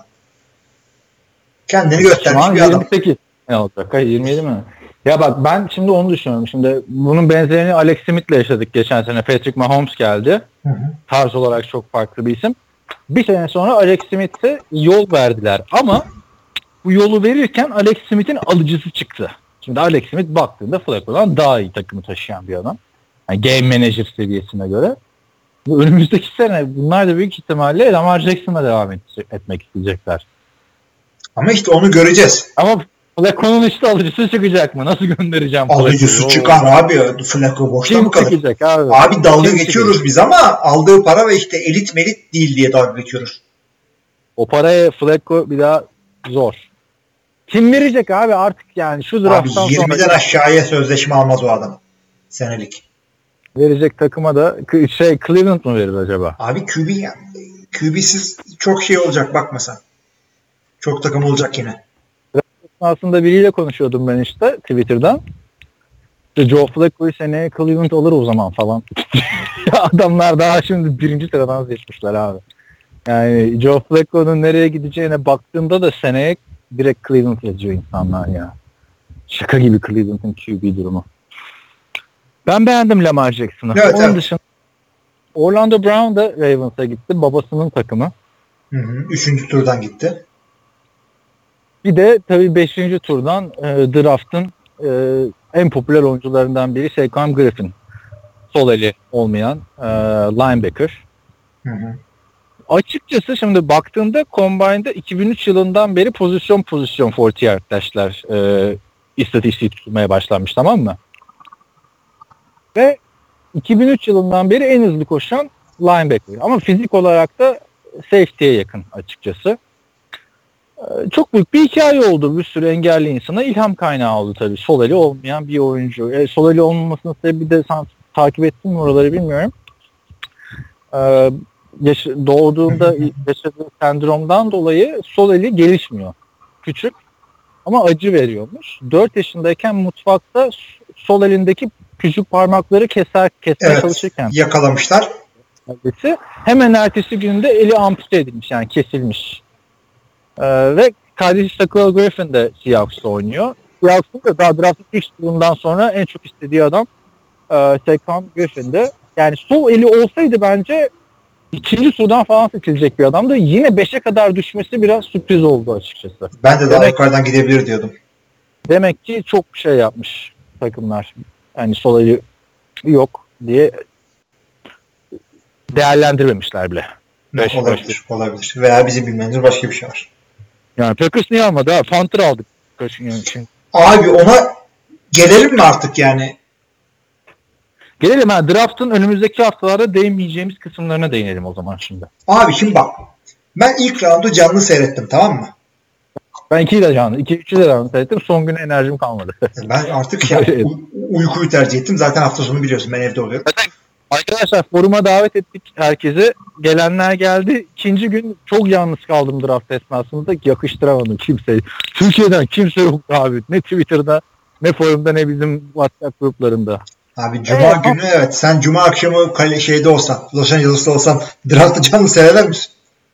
Kendini göstermiş bir adam. yirmi sekiz ne olacak? Hayır, yirmi yedi mi? Ya bak ben şimdi onu düşünüyorum. Şimdi bunun benzerini Alex Smith'le yaşadık geçen sene. Patrick Mahomes geldi. Hı hı. Tarz olarak çok farklı bir isim. Bir sene sonra Alex Smith'e yol verdiler. Ama bu yolu verirken Alex Smith'in alıcısı çıktı. Şimdi Alex Smith baktığında Flacco'dan daha iyi takımı taşıyan bir adam. Yani game manager seviyesine göre. Önümüzdeki sene bunlar da büyük ihtimalle Lamar Jackson'a devam et, etmek isteyecekler. Ama işte onu göreceğiz. Ama Flacco'nun işte alıcısı çıkacak mı? Nasıl göndereceğim Flacco'yu? Alıcısı çıkar abi. Flacco boşta mı kalır? Çıkacak abi? Abi dalga Kim geçiyoruz çıkacak? biz ama aldığı para ve işte elit melit değil diye dalga geçiyoruz. O paraya Flacco bir daha zor. Kim verecek abi artık yani şu Abi drafttan yirmiden sonra aşağıya sözleşme almaz o adam. Senelik. verecek takıma da şey Cleveland mı verir acaba? Abi Q B yani. Q B'siz çok şey olacak bakma sen. Çok takım olacak yine. Aslında biriyle konuşuyordum ben işte Twitter'dan. İşte Joe Flacco'yu seneye Cleveland alır o zaman falan. Adamlar daha şimdi birinci sıradan seçmişler abi. Yani Joe Flacco'nun nereye gideceğine baktığında da seneye direkt Cleveland yazıyor insanlar ya. Şaka gibi Cleveland'ın Q B durumu. Ben beğendim Lamar Jackson'ı. Evet, Onun evet. dışında Orlando Brown da Ravens'a gitti. Babasının takımı. Hı hı. Üçüncü turdan gitti. Bir de tabii beşinci turdan e, draft'ın e, en popüler oyuncularından biri Saquon Griffin. Sol eli olmayan e, linebacker. Hı hı. Açıkçası şimdi baktığında Combine'da iki bin üç yılından beri pozisyon pozisyon kırk yard dash'ler e, istatistiği tutulmaya başlanmış, tamam mı? Ve iki bin üç yılından beri en hızlı koşan linebacker. Ama fizik olarak da safety'ye yakın açıkçası. Ee, çok büyük bir hikaye oldu. Bir sürü engelli insana ilham kaynağı oldu tabii. Sol eli olmayan bir oyuncu. E, sol eli olmamasının sebebi de sen takip ettin mi oraları bilmiyorum. Ee, yaş- doğduğunda yaşadığı sendromdan dolayı sol eli gelişmiyor. Küçük ama acı veriyormuş. dört yaşındayken mutfakta sol elindeki küçük parmakları keser kesmeye Evet. çalışırken Yakalamışlar. kendisi hemen ertesi günde eli ampute edilmiş, yani kesilmiş. Ee, ve kardeşi Shaquille Griffin de Seahawks'ta oynuyor. Seahawks'ın da daha draft'ın ilk turundan sonra en çok istediği adam e, Saquon Griffin'de. Yani sol eli olsaydı bence ikinci turdan falan seçilecek bir adamdı. Yine beşe kadar düşmesi biraz sürpriz oldu açıkçası. Ben de daha Demek- yukarıdan gidebilir diyordum. Demek ki çok şey yapmış takımlar. Yani sol eli yok diye değerlendirmemişler bile. Beş, olabilir. beş. Olabilir. Veya bizim bilmediğimiz başka bir şey var. Yani Packers niye almadı ha? Panther aldık. Kaçın yani için. Abi ona gelelim mi artık yani? Gelelim ha, draft'ın önümüzdeki haftalarda değinmeyeceğimiz kısımlarına değinelim o zaman şimdi. Abi şimdi bak. Ben ilk roundu canlı seyrettim, tamam mı? Ben ikiyi de canlı. iki üçü de canlı seyrettim. Son güne enerjim kalmadı. Ben artık ya, uy- uykuyu tercih ettim. Zaten hafta sonu biliyorsun ben evde oluyorum. Arkadaşlar foruma davet ettik herkese. Gelenler geldi. İkinci gün çok yalnız kaldım draft esnasında. Yakıştıramadım kimseyi. Türkiye'den kimse yoktu abi. Ne Twitter'da, ne forumda, ne bizim WhatsApp gruplarında. Abi cuma Evet, günü evet. Sen cuma akşamı kale şeyde olsan, Los Angeles'ta olsan draftı canlı seyreder misin?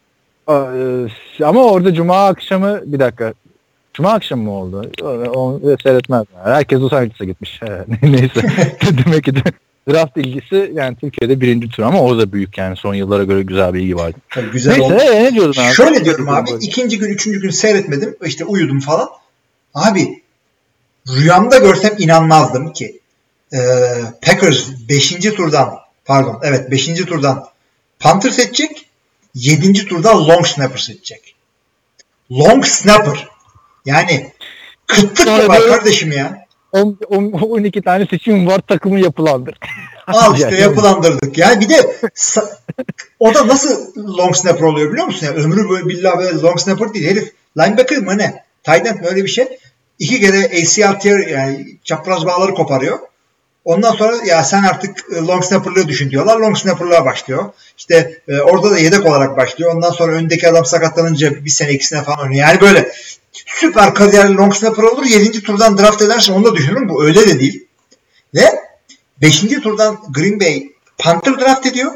Ee, ama orada cuma akşamı bir dakika. Cuma akşamı mı oldu? Onu seyretmez. Herkes Los Angeles'a gitmiş. Neyse. Demek ki de draft ilgisi yani Türkiye'de birinci tur ama orada büyük, yani son yıllara göre güzel bir ilgi vardı. Tabii güzel Neyse oldu. ee, ne diyordun abi? Şöyle diyorum abi. ikinci gün, üçüncü gün seyretmedim. İşte uyudum falan. Abi rüyamda görsem inanmazdım ki. Ee, Packers beşinci turdan pardon evet beşinci turdan Panther seçecek. yedinci turdan Long Snapper seçecek. Long Snapper. Yani kıtlık mı var kardeşim ya? on, on, on iki tane seçim var, takımı yapılandır. Al işte Yani. yapılandırdık. Yani bir de sa- o da nasıl long snapper oluyor biliyor musun? Yani ömrü böyle billahi böyle long snapper değil. Herif linebacker mı ne? Tight end mi öyle bir şey? İki kere A C L tear yani çapraz bağları koparıyor. Ondan sonra ya sen artık long snapper'lığı düşün diyorlar. Long snapper'lığa başlıyor. İşte e, orada da yedek olarak başlıyor. Ondan sonra öndeki adam sakatlanınca bir sene iki sene falan oynuyor. Yani böyle süper kariyerli long snapper olur. Yedinci turdan draft edersin onu da düşünürüm. Bu öyle de değil. Ve beşinci turdan Green Bay Panther draft ediyor.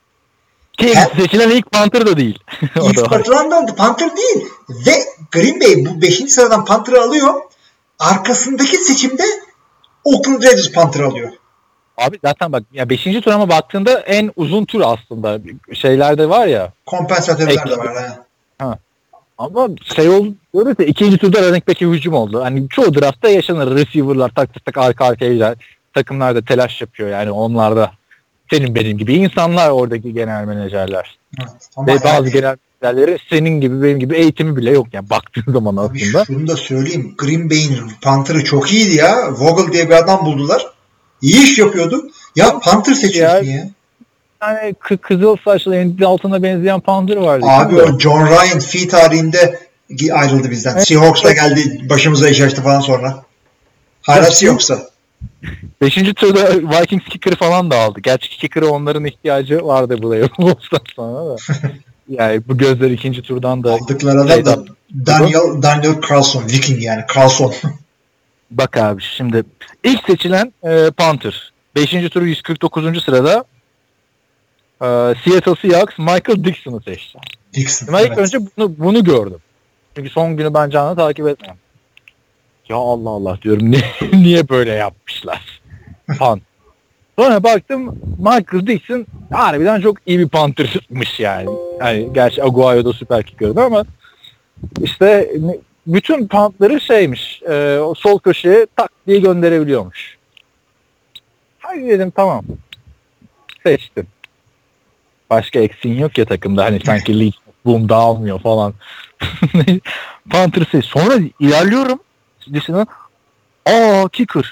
Ki Hem- seçilen ilk Panther da değil. O İlk da var. atılan da Panther değil. Ve Green Bay bu beşinci sıradan Panther'ı alıyor. Arkasındaki seçimde Oakland Raiders Panther alıyor. Abi zaten bak ya beşinci tur ama baktığında en uzun tur aslında. Şeylerde var ya. Kompensatörler de var. Ha. Ama şey oldu. Öyle de ikinci turda running back'e hücum oldu. Hani çoğu draftta yaşanır. Receiver'lar tak tak tak arka arkaya gider. Takımlar da telaş yapıyor yani onlar da. Senin benim gibi insanlar oradaki genel menajerler. Evet. Ama Ve yani, bazı genel menajerleri senin gibi benim gibi eğitimi bile yok yani baktığın zaman abi aslında. şunu da söyleyeyim. Green Bay'in Panther'ı çok iyiydi ya. Vogel diye bir adam buldular. İyi iş yapıyordu. Ya Panther seçiyorsun ya. ya. Yani kı- kızıl saçlı elinde altına benzeyen Panther vardı. Abi o John Ryan fi tarihinde ayrıldı bizden. Evet. Seahawks'la geldi başımıza iş açtı falan sonra. Hala Seahawks'ta. Beşinci turda Vikings kicker'ı falan da aldı. Gerçi kicker'ı onların ihtiyacı vardı buraya. Sonra da. Yani bu gözler ikinci turdan da aldıkları adam da Daniel, Daniel Carlson. Viking yani. Carlson. Bak abi şimdi ilk seçilen e, Panther. Beşinci turu yüz kırk dokuzuncu sırada e, Seattle Seahawks Michael Dixon'ı seçti. Dixon, ben evet. ilk önce bunu, bunu gördüm. Çünkü son günü ben canlı takip etmem. Ya Allah Allah diyorum niye, niye böyle yapmışlar? Pan. Sonra baktım Michael Dixon harbiden çok iyi bir Panther'mış yani. Yani gerçi Aguayo'da süper kicker'dı ama işte bütün puntları şeymiş, e, o sol köşeye tak diye gönderebiliyormuş. Hayır dedim tamam. Seçtim. Başka eksiğin yok ya takımda hani sanki Leeds boom dağılmıyor falan. Panther seç. Sonra ilerliyorum. Liste'den aa kicker.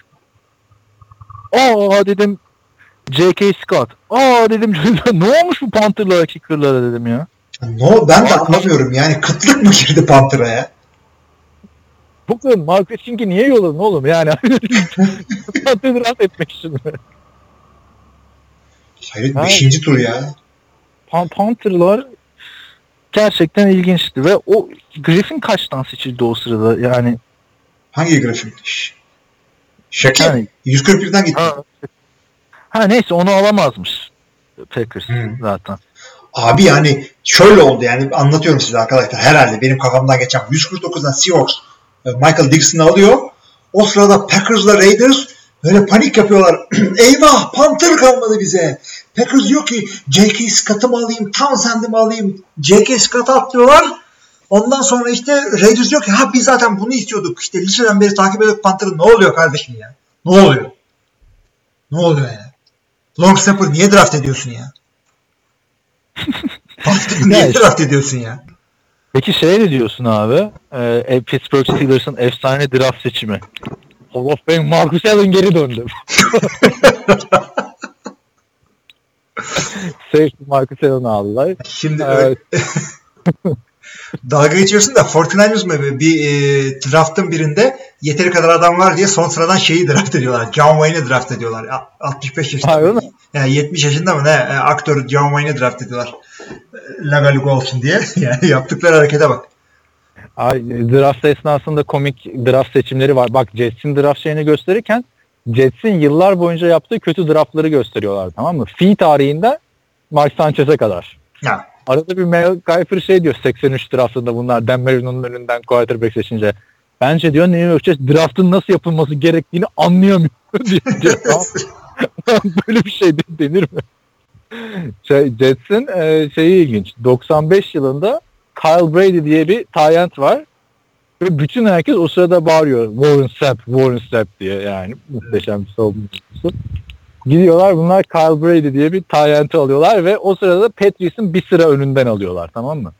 Aa dedim J K. Scott. Aa dedim ne olmuş bu Panther'lara kicker'lara dedim ya. No, ben de anlamıyorum yani kıtlık mı girdi Panther'a ya? Bakın Mark Chink'i niye yolladın oğlum yani? Panther'ı rahat etmek için. Hayır beşinci tur ya. Panther'lar gerçekten ilginçti ve o Griffin kaçtan seçildi o sırada yani? Hangi Griffin? Şaka yani, yüz kırk birden gitti. Ha, ha neyse onu alamazmış Packers hmm. zaten. Abi yani şöyle oldu yani anlatıyorum size arkadaşlar herhalde benim kafamdan geçen yüz kırk dokuzdan Seahawks Michael Dixon'ı alıyor. O sırada Packers'la Raiders böyle panik yapıyorlar. Eyvah Panther kalmadı bize. Packers diyor ki J K. Scott'ı mı alayım Townsend'i mi alayım J K. Scott'ı atlıyorlar. Ondan sonra işte Raiders diyor ki ha biz zaten bunu istiyorduk. İşte liseden beri takip ediyorduk Panther'ı. Ne oluyor kardeşim ya? Ne oluyor? Ne oluyor ya? Long snapper niye draft ediyorsun ya? Panther'ı niye draft ediyorsun ya? Peki şey ne diyorsun abi? Ee, Pittsburgh Steelers'ın efsane draft seçimi. Hall of Fame Marcus Allen geri döndü. Safety Marcus Allen'ı aldılar. Şimdi evet. Dalga geçiyorsun da kırk dokuzers mı bir e, draftın birinde yeteri kadar adam var diye son sıradan şeyi draft ediyorlar. John Wayne'i draft ediyorlar. altmış beş yaşında. Hayır, yani yetmiş yaşında mı ne? E, aktör John Wayne'i draft ediyorlar. Legalık olsun diye. Yani yaptıkları harekete bak. Ay, draft esnasında komik draft seçimleri var. Bak Jets'in draft şeyini gösterirken Jets'in yıllar boyunca yaptığı kötü draftları gösteriyorlar, tamam mı? Fi tarihinde Mark Sanchez'e kadar. Ya. Arada bir Mel Kiper şey diyor seksen üç draftında bunlar Dan Marino'nun önünden quarterback seçince. Bence diyor New York Jets draftın nasıl yapılması gerektiğini anlayamıyor diyor. Böyle bir şey denir mi? Şey, Jets'in e, şeyi ilginç. doksan beş yılında Kyle Brady diye bir tight end var. Ve bütün herkes o sırada bağırıyor. Warren Sapp, Warren Sapp diye yani. Muhteşem bir savunması. Gidiyorlar bunlar Kyle Brady diye bir tight end'i alıyorlar ve o sırada Patriots'ın bir sıra önünden alıyorlar, tamam mı?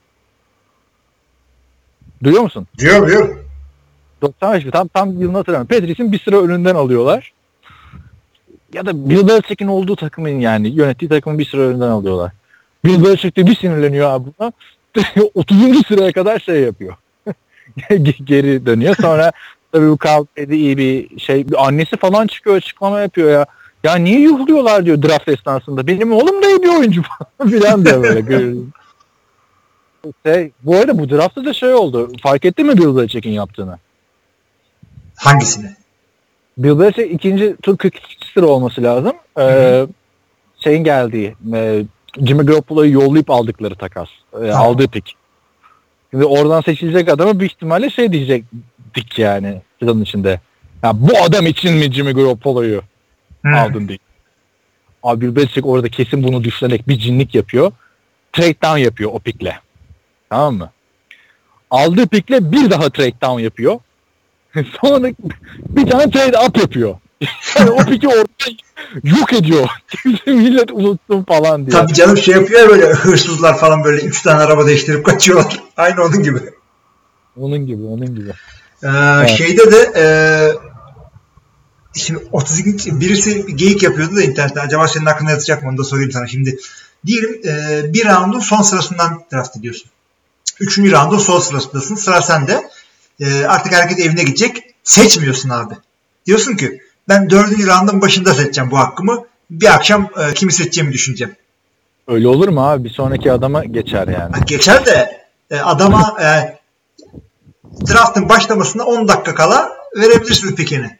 Duyuyor musun? Duyuyorum, duyuyorum. doksan beş tam tam yılını hatırlamıyorum. Patriots'ın bir sıra önünden alıyorlar. Ya da Bill Belichick'in olduğu takımın yani yönettiği takımın bir sıra önünden alıyorlar. Bill Belichick de bir sinirleniyor abi buna. otuzuncu sıraya kadar şey yapıyor. Geri dönüyor. Sonra tabii bu Kyle Brady iyi bir şey. Bir annesi falan çıkıyor, açıklama yapıyor ya. Ya niye yuhluyorlar diyor draft esnasında. Benim oğlum da iyi bir oyuncu falan diyor böyle. şey, bu arada bu draftta da şey oldu. Fark ettin mi Bill Belichick'in yaptığını? Hangisini? Bill Belichick ikinci tur kırk iki sıra olması lazım. Ee, şeyin geldiği e, Jimmy Garoppolo'yu yollayıp aldıkları takas. E, aldığı pick. Şimdi oradan seçilecek adama büyük ihtimalle şey diyecektik yani sıranın içinde. Ya bu adam için mi Jimmy Garoppolo'yu hmm. aldın diye. Abi Bill Belichick orada kesin bunu düşünerek bir cinlik yapıyor. Trade down yapıyor o pickle. Tamam mı? Aldığı pickle bir daha trade down yapıyor. Sonra bir tane trade up yapıyor. Yani o pick'i orada yok ediyor. Millet unuttum falan diye. Tabii canım şey yapıyor ya böyle hırsızlar falan böyle üç tane araba değiştirip kaçıyorlar. Aynı onun gibi. Onun gibi, onun gibi. Ee, evet. Şeyde de e, şimdi otuz iki birisi geyik yapıyordu da internette. Acaba senin hakkında yatacak mı onu da sorayım sana şimdi. Diyelim e, bir round'un son sırasından draft ediyorsun. Üçüncü roundun son sırasındasın. Sıra sende. Ee, artık herkes evine gidecek. Seçmiyorsun abi. Diyorsun ki ben dördüncü roundun başında seçeceğim bu hakkımı. Bir akşam e, kimi seçeceğimi düşüneceğim. Öyle olur mu abi? Bir sonraki adama geçer yani. Geçer de e, adama e, draftın başlamasına on dakika kala verebilirsin pikini.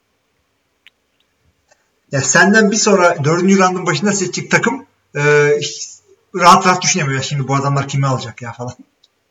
Ya senden bir sonra dördüncü roundun başında seçecek takım e, rahat rahat düşünemiyor. Şimdi bu adamlar kimi alacak ya falan.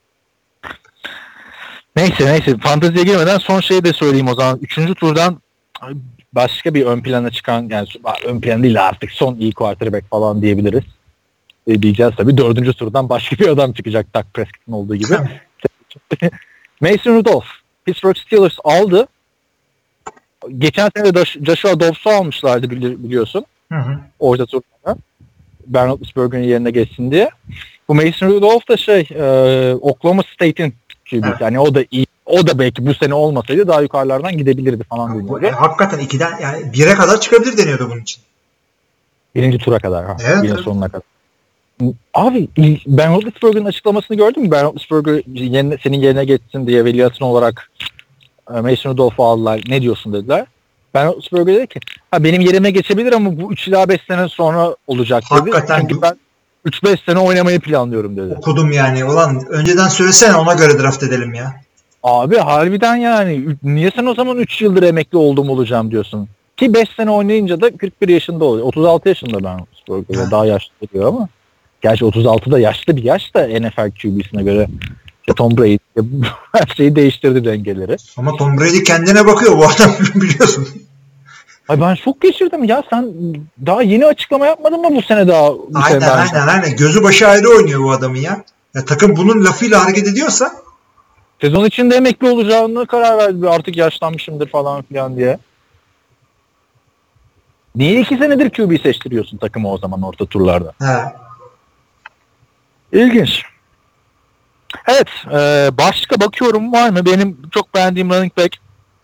Neyse neyse. Fanteziye girmeden son şeyi de söyleyeyim o zaman. Üçüncü turdan başka bir ön plana çıkan, yani ön plan değil artık, son iyi quarterback falan diyebiliriz. E, diyeceğiz tabii. Dördüncü turdan başka bir adam çıkacak, Dak Prescott'ın olduğu gibi. Mason Rudolph. Pittsburgh Steelers aldı. Geçen sene de Joshua Dobbs'u almışlardı biliyorsun. Hı hı. Orta turda. Ben Roethlisberger'in yerine geçsin diye. Bu Mason Rudolph da şey e, Oklahoma State'in Q B'si. Evet. Yani o da iyi. O da belki bu sene olmasaydı daha yukarılardan gidebilirdi falan deniyordu. Yani hakikaten ikiden yani bire kadar çıkabilir deniyordu bunun için. Birinci tura kadar. Ha. Evet, Yine evet. sonuna kadar. Abi Ben Roethlisberger'in açıklamasını gördün mü? Ben Roethlisberger yerine, senin yerine geçsin diye veliahtın olarak Mason Rudolph'u aldılar. Ne diyorsun dediler. Ben Roethlisberger dedi ki ha, benim yerime geçebilir ama bu üç ila beş sene sonra olacak dedi. Hakikaten Çünkü ben üç beş sene oynamayı planlıyorum dedi. Okudum yani. Ulan önceden söylesene, ona göre draft edelim ya. Abi harbiden yani. Niye sen o zaman üç yıldır emekli oldum olacağım diyorsun? Ki beş sene oynayınca da kırk bir yaşında oluyor. otuz altı yaşında Ben Roethlisberger. Daha yaşlı diyor ama. Gerçi otuz altı da yaşlı bir yaş da N F L Q B'sine göre. İşte Tom Brady her şeyi değiştirdi dengeleri. Ama Tom Brady kendine bakıyor bu adam, biliyorsun. Ay ben şok geçirdim ya, sen daha yeni açıklama yapmadın mı bu sene daha? Bu aynen sene aynen aynen. Gözü başı ayrı oynuyor bu adamın ya. Ya takım bunun lafıyla hareket ediyorsa. Sezon içinde emekli olacağını karar verdi. Artık yaşlanmışımdır falan filan diye. Niye iki senedir Q B seçtiriyorsun takımı o zaman orta turlarda? He. İlginç. Evet. E, başka bakıyorum var mı? Benim çok beğendiğim running back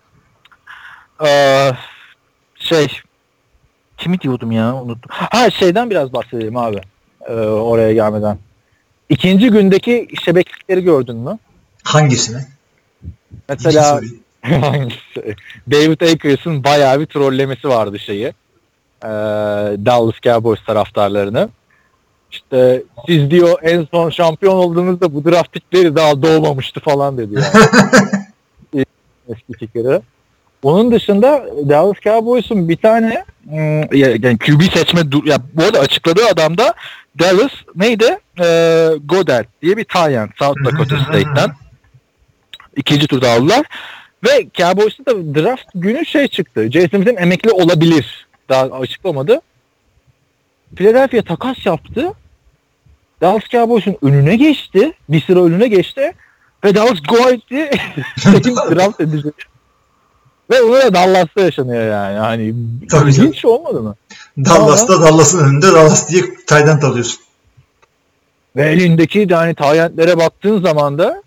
e, şey kimi diyordum ya, unuttum. Ha, şeyden biraz bahsedelim abi. E, oraya gelmeden. İkinci gündeki şebeklikleri gördün mü? Hangisini? Mesela David Akers'ın bayağı bir trollemesi vardı şeyi. E, Dallas Cowboys taraftarlarını. İşte siz diyor en son şampiyon olduğunuzda bu draft pickleri daha doğmamıştı falan dedi yani. Eski fikri. Onun dışında Dallas Cowboys'un bir tane yani Q B seçme ya bu arada açıkladığı adam da Dallas neydi? Ee, Goddard diye bir Tyen South Dakota State'ten. İkinci turda aldılar. Ve Cowboys'ta da draft günü şey çıktı. Jason Smith'in emekli olabilir. Daha açıklamadı. Philadelphia takas yaptı. Dallas Cowboys'un önüne geçti. Bir sıra önüne geçti. Ve Dallas go etti. draft edecek. Ve onu da Dallas'ta yaşanıyor yani. Yani ilginç olmadı mı? Dallas'ta Ama, Dallas'ın önünde Dallas diye tight alıyorsun. Ve elindeki yani tight end'lere baktığın zaman da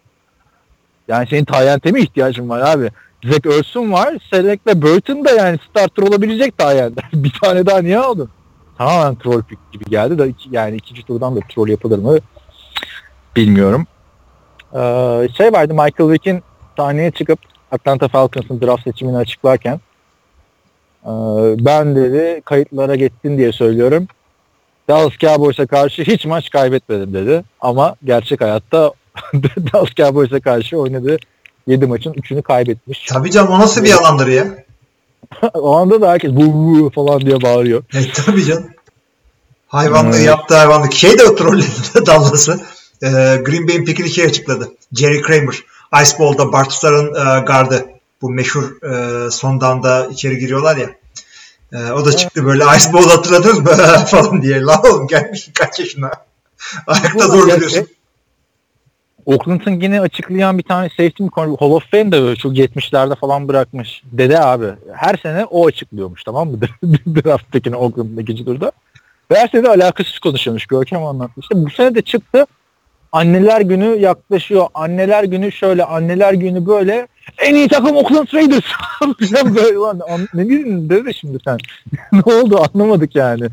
yani senin tight end'e mi ihtiyacın var abi? Zach Ertz var. Select ve Burton da yani starter olabilecek tight end. Bir tane daha niye aldın? Tamamen troll pick gibi geldi da iki, yani ikinci turdan da troll yapılır mı bilmiyorum. Ee, şey vardı, Michael Vick'in sahneye çıkıp Atlanta Falcons'ın draft seçimini açıklarken e, ben dedi kayıtlara geçsin diye söylüyorum. Dallas Cowboys'a karşı hiç maç kaybetmedim dedi. Ama gerçek hayatta Dallas Cowboys'a karşı oynadığı yedi maçın üçünü kaybetmiş. Tabii canım, o nasıl bir yalandır ya? O anda da herkes bu bu falan diye bağırıyor. E, tabii canım. Hayvanlığı hmm. yaptı hayvanlık. Şey de trolledi Dallas'ı. Ee, Green Bay'in pickini şey açıkladı. Jerry Kramer. Ice Bowl'da Bartusar'ın e, gardı. Bu meşhur e, son down'da içeri giriyorlar ya. E, o da çıktı böyle Ice Bowl hatırladınız mı falan diye. La oğlum gelmişsin kaç yaşına. Ayakta zor duruyorsun. Oakland'ın yine açıklayan bir tane safety mi konu, Hall of Fame de çok yetmişlerde falan bırakmış. Dede abi. Her sene o açıklıyormuş, tamam mı? Draft'takini Oakland'ın ikinci turda. Ve her sene de alakasız konuşuyormuş. Görkem anlatmıştı. Bu sene de çıktı. Anneler günü yaklaşıyor. Anneler günü şöyle, anneler günü böyle. En iyi takım Oakland Raiders. böyle, lan, ne diyorsun dedi şimdi sen? Ne oldu anlamadık yani.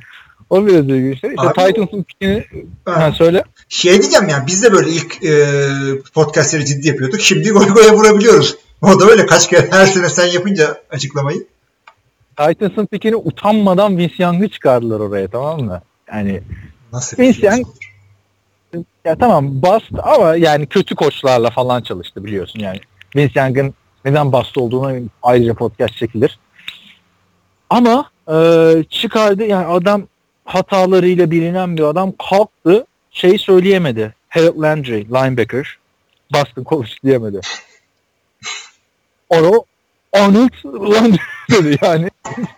O biraz ilginç. İşte Abi Titans'ın pikini Ha. ha, söyle. Şey diyeceğim yani biz de böyle ilk e, podcastleri ciddi yapıyorduk. Şimdi goy goya vurabiliyoruz. O da öyle kaç kere her sene sen yapınca açıklamayı. Titans'ın pikini utanmadan Vince Young'ı çıkardılar oraya, tamam mı? Yani Nasıl? Vince Young ya tamam bast ama yani kötü koçlarla falan çalıştı biliyorsun yani. Vince Young'ın neden bast olduğuna ayrıca podcast çekilir. Ama e, çıkardı yani adam hatalarıyla bilinen bir adam kalktı şey söyleyemedi. Harold Landry linebacker Boston College diyemedi. Onu Arnold Landry dedi yani.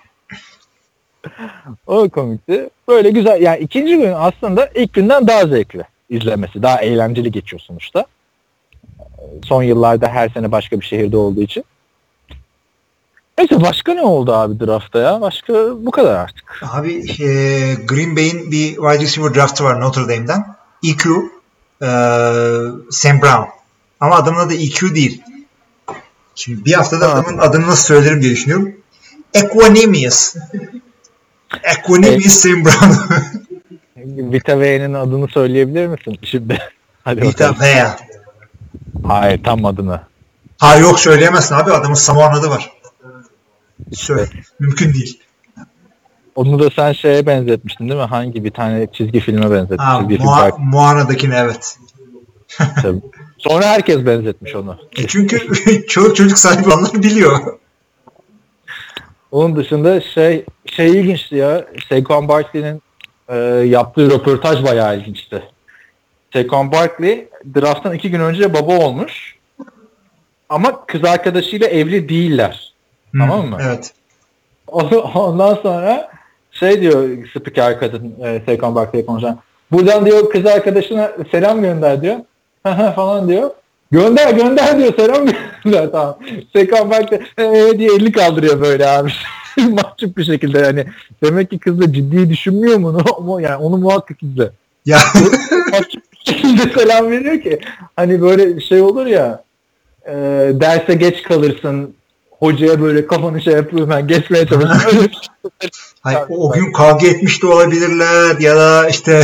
O komikti. Böyle güzel yani ikinci gün aslında ilk günden daha zevkli izlemesi. Daha eğlenceli geçiyor sonuçta. Son yıllarda her sene başka bir şehirde olduğu için. Neyse başka ne oldu abi draftta ya? Başka bu kadar artık. Abi e, Green Bay'in bir wide receiver draftı var Notre Dame'den. E Q e, Sam Brown. Ama adamın adı E Q değil. Şimdi bir haftada ha. adamın adını nasıl söylerim diye düşünüyorum. Equanimous. Equanimous e, Sam Brown. Vita Vea'nın adını söyleyebilir misin şimdi? Hadi Vita Vea. Hayır tam adını. Ha yok söyleyemezsin abi adamın Samoan adı var. Söyle. Evet. Mümkün değil. Onu da sen şeye benzetmiştin değil mi? Hangi bir tane çizgi filme benzetmiştin? Ha, Moa- Moana'dakine evet. Tabii. Sonra herkes benzetmiş onu. E çünkü çoluk çocuk sahibi olanlar biliyor. Onun dışında şey şey ilginçti ya. Saquon Barkley'nin e, yaptığı röportaj bayağı ilginçti. Saquon Barkley draft'tan iki gün önce baba olmuş. Ama kız arkadaşıyla evli değiller. Hmm, tamam mı? Evet. Ondan sonra şey diyor spiker kadın e, Saquon Barkley'e konuşan. Buradan diyor kız arkadaşına selam gönder diyor. falan diyor. Gönder gönder diyor selam gönder tamam. Saquon Barkley ee diye elini kaldırıyor böyle abi. Mahcup bir şekilde yani. Demek ki kız da ciddi düşünmüyor mu? Onu, yani onu muhakkak izle. Ya. Mahcup bir şekilde selam veriyor ki. Hani böyle şey olur ya e, derse geç kalırsın. Hocaya böyle kafanı şey yapıyor ben geçmeye çalışıyorum. Hayır, o gün kavga etmiş de olabilirler ya da işte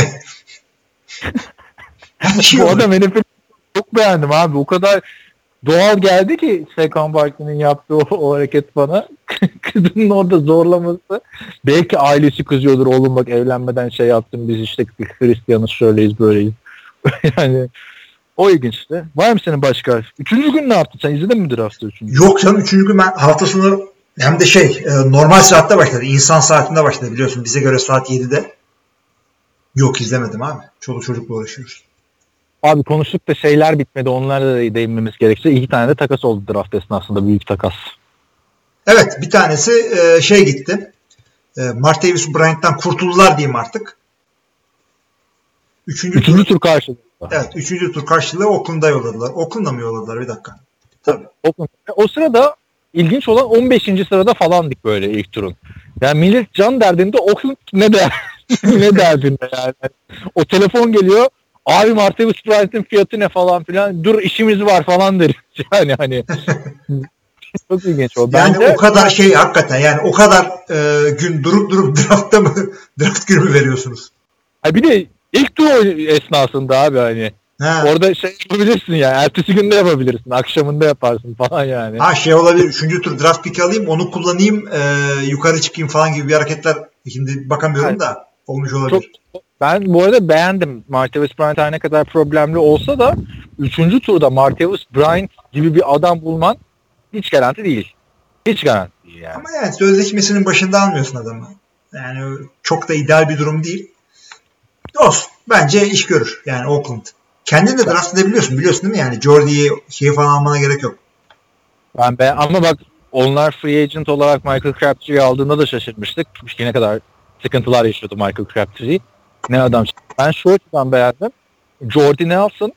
şey bu adam N F L'yi çok beğendim abi. O kadar doğal geldi ki Saquon Barkley'nin yaptığı o, o hareket bana. Kızının orada zorlaması. Belki ailesi kızıyordur. Oğlum bak evlenmeden şey yaptım. Biz işte Hristiyanız şöyleyiz böyleyiz. Yani o ilginçti. Var mı senin başka? Üçüncü gün ne yaptın? Sen izledin mi draft'ı üçüncü? Yok canım. Üçüncü gün ben hafta sonu hem de şey normal saatte başladı. İnsan saatinde başladı biliyorsun. Bize göre saat yedide. Yok izlemedim abi. Çoluk çocukla uğraşıyoruz. Abi konuştuk da şeyler bitmedi. Onlara da değinmemiz gerekirse. İki tane de takas oldu draft esnasında. Büyük takas. Evet. Bir tanesi e, şey gitti. E, Martavis Bryant'tan kurtuldular diyeyim artık. Üçüncü, üçüncü tur, tur karşılığı. Evet. Üçüncü tur karşılığı Oakland'a yolladılar. Oakland'a mı yolladılar? Bir dakika. Tabii. Oakland. O sırada ilginç olan on beşinci sırada falandık böyle ilk turun. Yani millet can derdinde Oakland ne der? ne derdinde yani. O telefon geliyor. Abi Martavis Bryant'ın fiyatı ne falan filan. Dur işimiz var falan deriz. Yani hani çok ilginç o. Yani Bence, o kadar şey hakikaten yani o kadar e, gün durup durup draftta mı draft günü mü veriyorsunuz? Ha bir de ilk tur esnasında abi hani ha. Orada şey yapabilirsin yani. Ertesi günde yapabilirsin. Akşamında yaparsın falan yani. Ha şey olabilir. Üçüncü tur draft pick alayım onu kullanayım e, yukarı çıkayım falan gibi bir hareketler şimdi bakamıyorum yani, da olmuş olabilir. Çok, ben bu arada beğendim. Martavis Bryant her ne kadar problemli olsa da üçüncü turda Martavis Bryant gibi bir adam bulman hiç garanti değil. Hiç garanti değil yani. Ama yani sözleşmesinin başında almıyorsun adamı. Yani çok da ideal bir durum değil. Olsun. Bence iş görür. Yani Oakland. Kendin de draft edebiliyorsun. Biliyorsun değil mi? Yani Jordy'yi şey falan almana gerek yok. Ben be ama bak onlar free agent olarak Michael Crabtree'yi aldığında da şaşırmıştık. Ne kadar sıkıntılar yaşıyordu Michael Crabtree. Ne adam. Ben şu açıdan beğendim. Jordy Nelson,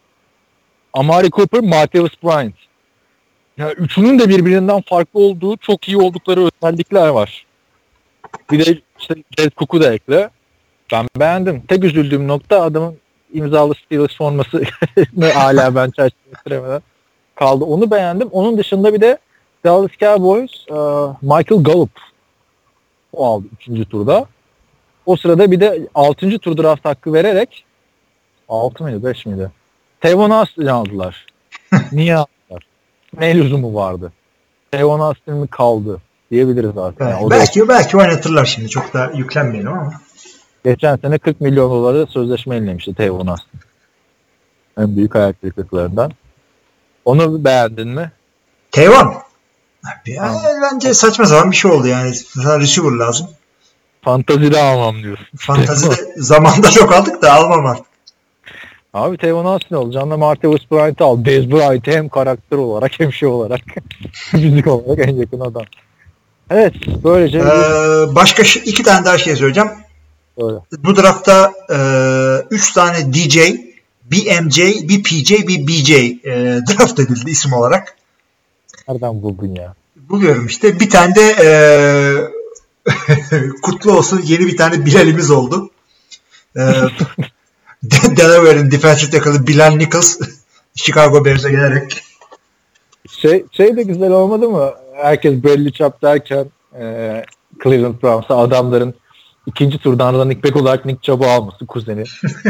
Amari Cooper, Martavis Bryant. Yani üçünün de birbirinden farklı olduğu, çok iyi oldukları özellikler var. Bir de işte Jared Cook'u da ekle. Ben beğendim. Tek üzüldüğüm nokta adamın imzalı Steelers forması hala ben çerçevelemeden kaldı. Onu beğendim. Onun dışında bir de Dallas Cowboys uh, Michael Gallup o aldı üçüncü turda. O sırada bir de altıncı tur draft hakkı vererek altı mıydı beş miydi? Tavon Austin'i aldılar. Niye aldılar? Ne lüzumu vardı? Tavon Austin mi kaldı diyebiliriz artık. Evet, Yani belki belki oynatırlar şimdi. Çok da yüklenmeyelim ama. Geçen sene kırk milyon doları sözleşme yenilemişti Tavon Austin. En büyük hayal kırıklıklarından. Onu beğendin mi? Tavon. Yani bence saçma sapan bir şey oldu yani. Sana receiver lazım. Fantazide almam diyorsun. Fantazide zamanda çok aldık da almam artık. Abi Tavon Austin olacaksın da Martavis Bryant'ı al. Dez Bryant'ı hem karakter olarak hem şey olarak fizik olarak en yakın adam. Evet böylece Ee, başka ş- iki tane daha şey söyleyeceğim. öyle. Bu draftta e, üç tane D J, bir M J, bir P J, bir B J e, draft edildi isim olarak. Nereden buldun ya? Buluyorum işte. Bir tane de e, kutlu olsun yeni bir tane Bilal'imiz oldu. E, Delaware'in defensive tackle'ı Bilal Nichols Chicago Bears'e gelerek Şey, şey de güzel olmadı mı? Herkes Bradley Chubb derken e, Cleveland Browns'a adamların ikinci turdan da Nick Beck olarak Nick Chubb'u alması kuzeni.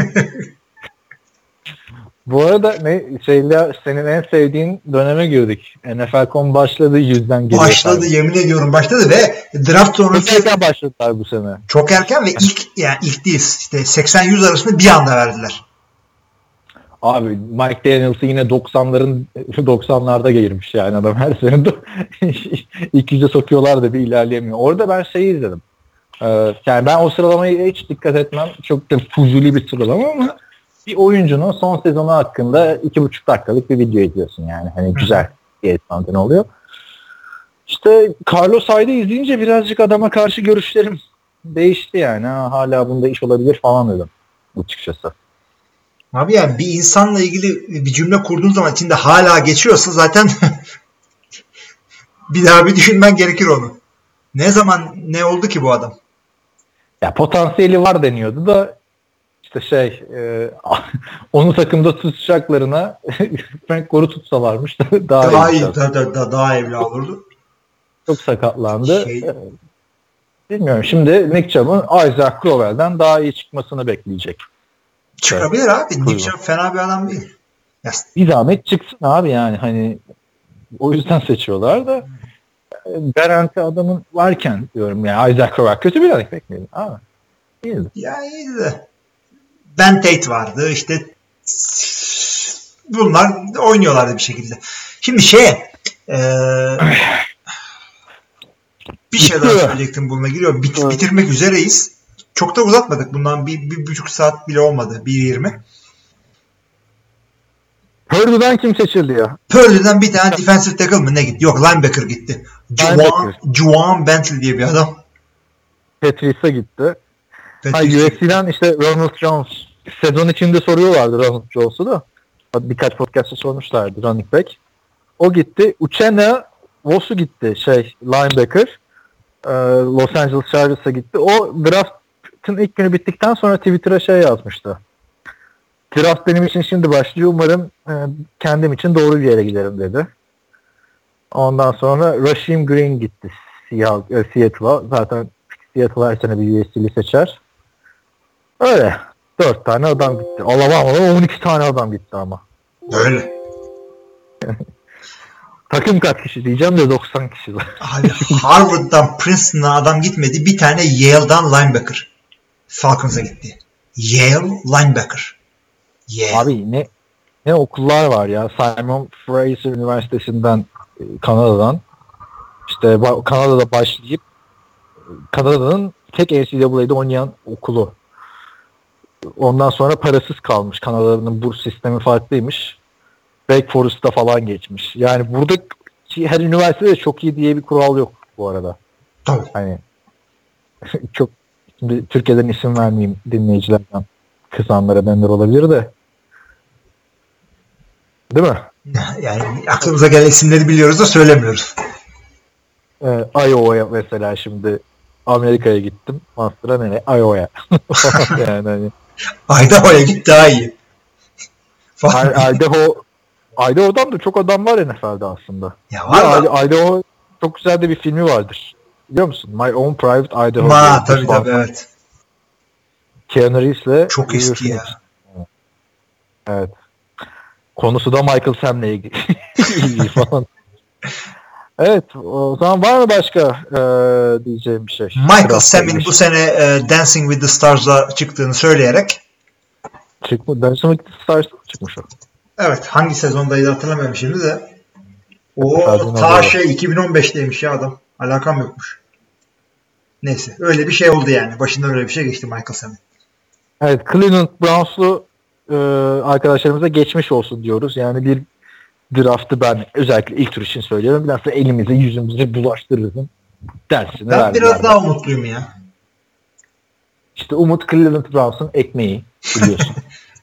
Bu arada ne şeyle senin en sevdiğin döneme girdik. N F L nokta com başladı yüzden geliyor. başladı tabii. yemin ediyorum başladı ve draft Çok sonrası erken başladılar bu sene. çok erken ve ilk yani ilk değil işte seksen yüz arasında bir anda verdiler. Abi Mike Daniels'ı yine doksanların doksanlarda girmiş yani adam her sene ilk yüze sokuyorlar da bir ilerleyemiyor. Orada ben şeyi izledim. Ee, yani ben o sıralamayı hiç dikkat etmem. Çok da fuzuli bir sıralama ama bir oyuncunun son sezonu hakkında iki buçuk dakikalık bir video izliyorsun yani. Hani güzel bir etmantın oluyor. İşte Carlos Hyde'ı izleyince birazcık adama karşı görüşlerim değişti yani. Ha, hala bunda iş olabilir falan dedim açıkçası. Abi yani bir insanla ilgili bir cümle kurduğun zaman içinde hala geçiyorsa zaten bir daha bir düşünmen gerekir onu. Ne zaman ne oldu ki bu adam? Ya potansiyeli var deniyordu da işte şey e, onu takımda tutacaklarına Frank Gore'u tutsalarmış daha, Daha iyi. iyi, daha, daha, daha evli olurdu. Çok sakatlandı. Şey- E, Bilmiyorum. Şimdi Nick Chubb'ın Isaac Crowell'den daha iyi çıkmasını bekleyecek. Çıkabilir abi. Buyurun. Nick Chubb fena bir adam değil. Ya, Bir zahmet çıksın abi yani hani o yüzden seçiyorlar da e, garanti adamın varken diyorum yani Isaac Crowell kötü bir adam bekleyelim. Abi. İyiydi. ya iyiydi de. Ben Tate vardı. İşte bunlar oynuyorlardı bir şekilde. Şimdi şey e, bir şey daha söyleyecektim bununla giriyor. Bit, bitirmek üzereyiz. Çok da uzatmadık. Bundan bir, bir buçuk saat bile olmadı. bir yirmi. Purdue'dan kim seçildi ya? Purdue'dan bir tane defensive tackle mı ne gitti? Yok linebacker gitti. Juwan, Linebacker. Juwan Bentley diye bir adam. Patrice'e gitti. Ha, Patrice- U F C'den işte Ronald Jones sezon içinde soruyorlardı Ronald Jones'u da. Birkaç podcast'ta sormuşlardı running back. O gitti. Uchenna Vosu gitti şey linebacker. Ee, Los Angeles Chargers'a gitti. O draft'ın ilk günü bittikten sonra Twitter'a şey yazmıştı. Draft benim için şimdi başlıyor. Umarım e, kendim için doğru bir yere giderim dedi. Ondan sonra Rasheem Green gitti Seattle'a. Zaten Seattle her sene bir U S C'li seçer. Öyle. Dört tane adam gitti. Alabama'da on iki tane adam gitti ama. Öyle. Takım kaç kişi diyeceğim de doksan kişi. Abi Harvard'dan Princeton'a adam gitmedi. Bir tane Yale'dan linebacker. Falcons'a gitti. Yale linebacker. Yale. Abi ne ne okullar var ya. Simon Fraser Üniversitesi'nden Kanada'dan işte Kanada'da başlayıp Kanada'nın tek N C A A'de oynayan okulu. Ondan sonra parasız kalmış. Kanada'nın burs sistemi farklıymış. Wake Forest'ta falan geçmiş. Yani burada her üniversitede çok iyi diye bir kural yok bu arada. Tabii. Hani çok şimdi Türkiye'den isim vermeyeyim dinleyicilerden. Kızanlara benzer olabilir de. Değil mi? Yani aklımıza gelen isimleri biliyoruz da söylemiyoruz. Ee, Iowa'ya mesela şimdi Amerika'ya gittim. Master'a nereye? Iowa'ya. yani hani. Idaho'ya git daha iyi. I- Idaho Idaho'dan da çok adam var N F L'de aslında. Ya var Ya, da. Idaho çok güzel de bir filmi vardır. Biliyor musun? My Own Private Idaho. Ma diye. tabii tabii evet. Keanu Reeves'le Çok eski ya. Evet. Konusu da Michael Sam'le ilgili, ilgili falan. Evet. O zaman var mı başka e, diyeceğim bir şey? Michael Sam'in bu sene e, Dancing with the Stars'la çıktığını söyleyerek. Çıkma, Dancing with the Stars çıkmış o. Evet. Hangi sezondaydı hatırlamıyorum şimdi de. O Pardon, ta abi. şey iki bin on beşteymiş ya adam. Alakam yokmuş. Neyse. Öyle bir şey oldu yani. Başından öyle bir şey geçti Michael Sam'in. Evet. Cleveland Browns'lu e, arkadaşlarımıza geçmiş olsun diyoruz. Yani bir draftı ben özellikle ilk tur için söylüyorum. Biraz da elimizi yüzümüzü bulaştırırız dersini Ben verdiler. biraz daha umutluyum ya. İşte umut Cleveland Browns'un ekmeği biliyorsun.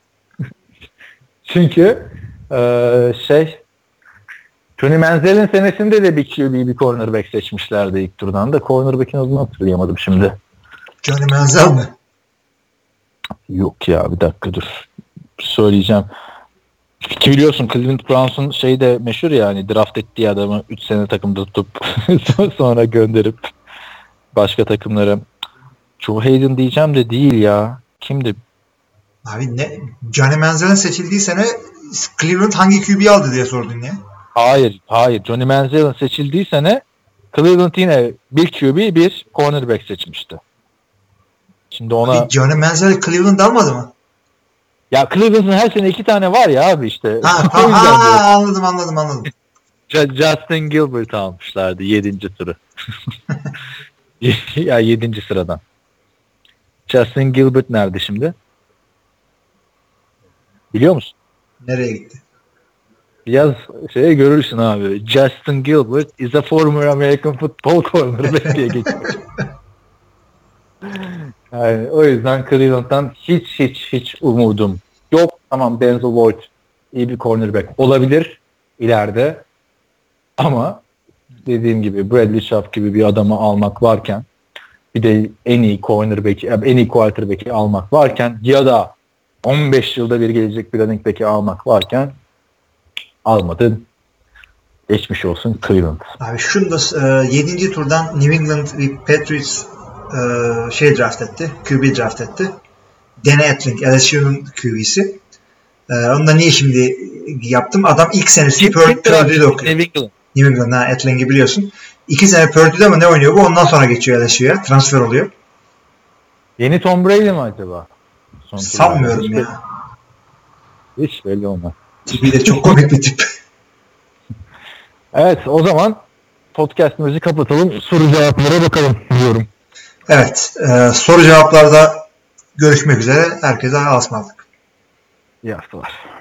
Çünkü e, şey Johnny Manziel'in senesinde de bir Q B, bir cornerback seçmişlerdi ilk turdan da. Cornerback'in adını hatırlayamadım şimdi. Johnny Manziel mi? Yok ya, bir dakika dur. Söyleyeceğim. Ki biliyorsun Cleveland Browns'un şeyi de meşhur ya, hani draft ettiği adamı üç sene takımda tutup sonra gönderip başka takımlara. Joe Hayden diyeceğim de değil ya. Kimdi? Abi ne? Johnny Manziel'in seçildiği sene Cleveland hangi Q B'yi aldı diye sordun ya. Hayır, hayır. Johnny Manziel'in seçildiği sene Cleveland yine bir Q B, bir cornerback seçmişti. Şimdi ona... Abi Johnny Manziel Cleveland almadı mı? Ya Cleveland'ın her sene iki tane var ya abi işte. Ha, O ha, yüzden ha diyorum. anladım anladım anladım. Justin Gilbert almışlardı yedinci turu. Ya yedinci sıradan. Justin Gilbert nerede şimdi? Biliyor musun? Nereye gitti? Yaz şeye görürsün abi. Justin Gilbert is a former American football cornerback diye geçiyor. Yani o yüzden Cleveland'dan hiç hiç hiç umudum yok. Tamam, Denzel Ward iyi bir cornerback olabilir ileride. Ama dediğim gibi Bradley Chubb gibi bir adamı almak varken, bir de en iyi cornerback'i, en iyi quarterback'i almak varken ya da on beş yılda bir gelecek bir running back'i almak varken almadın. Geçmiş olsun Cleveland. Abi şunu da e, yedinci turdan New England Patriots e, şey draft etti. Q B draft etti. Danny Etling, L S U'nun Q B'si. E, onu da niye şimdi yaptım? Adam ilk senesi Purdue'de okuyor. New England. New England, ha, Etling'i biliyorsun. İki sene Purdue'de ama ne oynuyor bu? Ondan sonra geçiyor L S U'ya. Transfer oluyor. Yeni Tom Brady mi acaba? Son Sanmıyorum hiç ya. Belli, hiç belli olmaz. Tipi de çok komik bir tip. Evet, o zaman podcast'ımızı kapatalım. Soru cevaplara bakalım diyorum. Evet. E, soru cevaplarda görüşmek üzere. Herkese asmadık. İyi haftalar.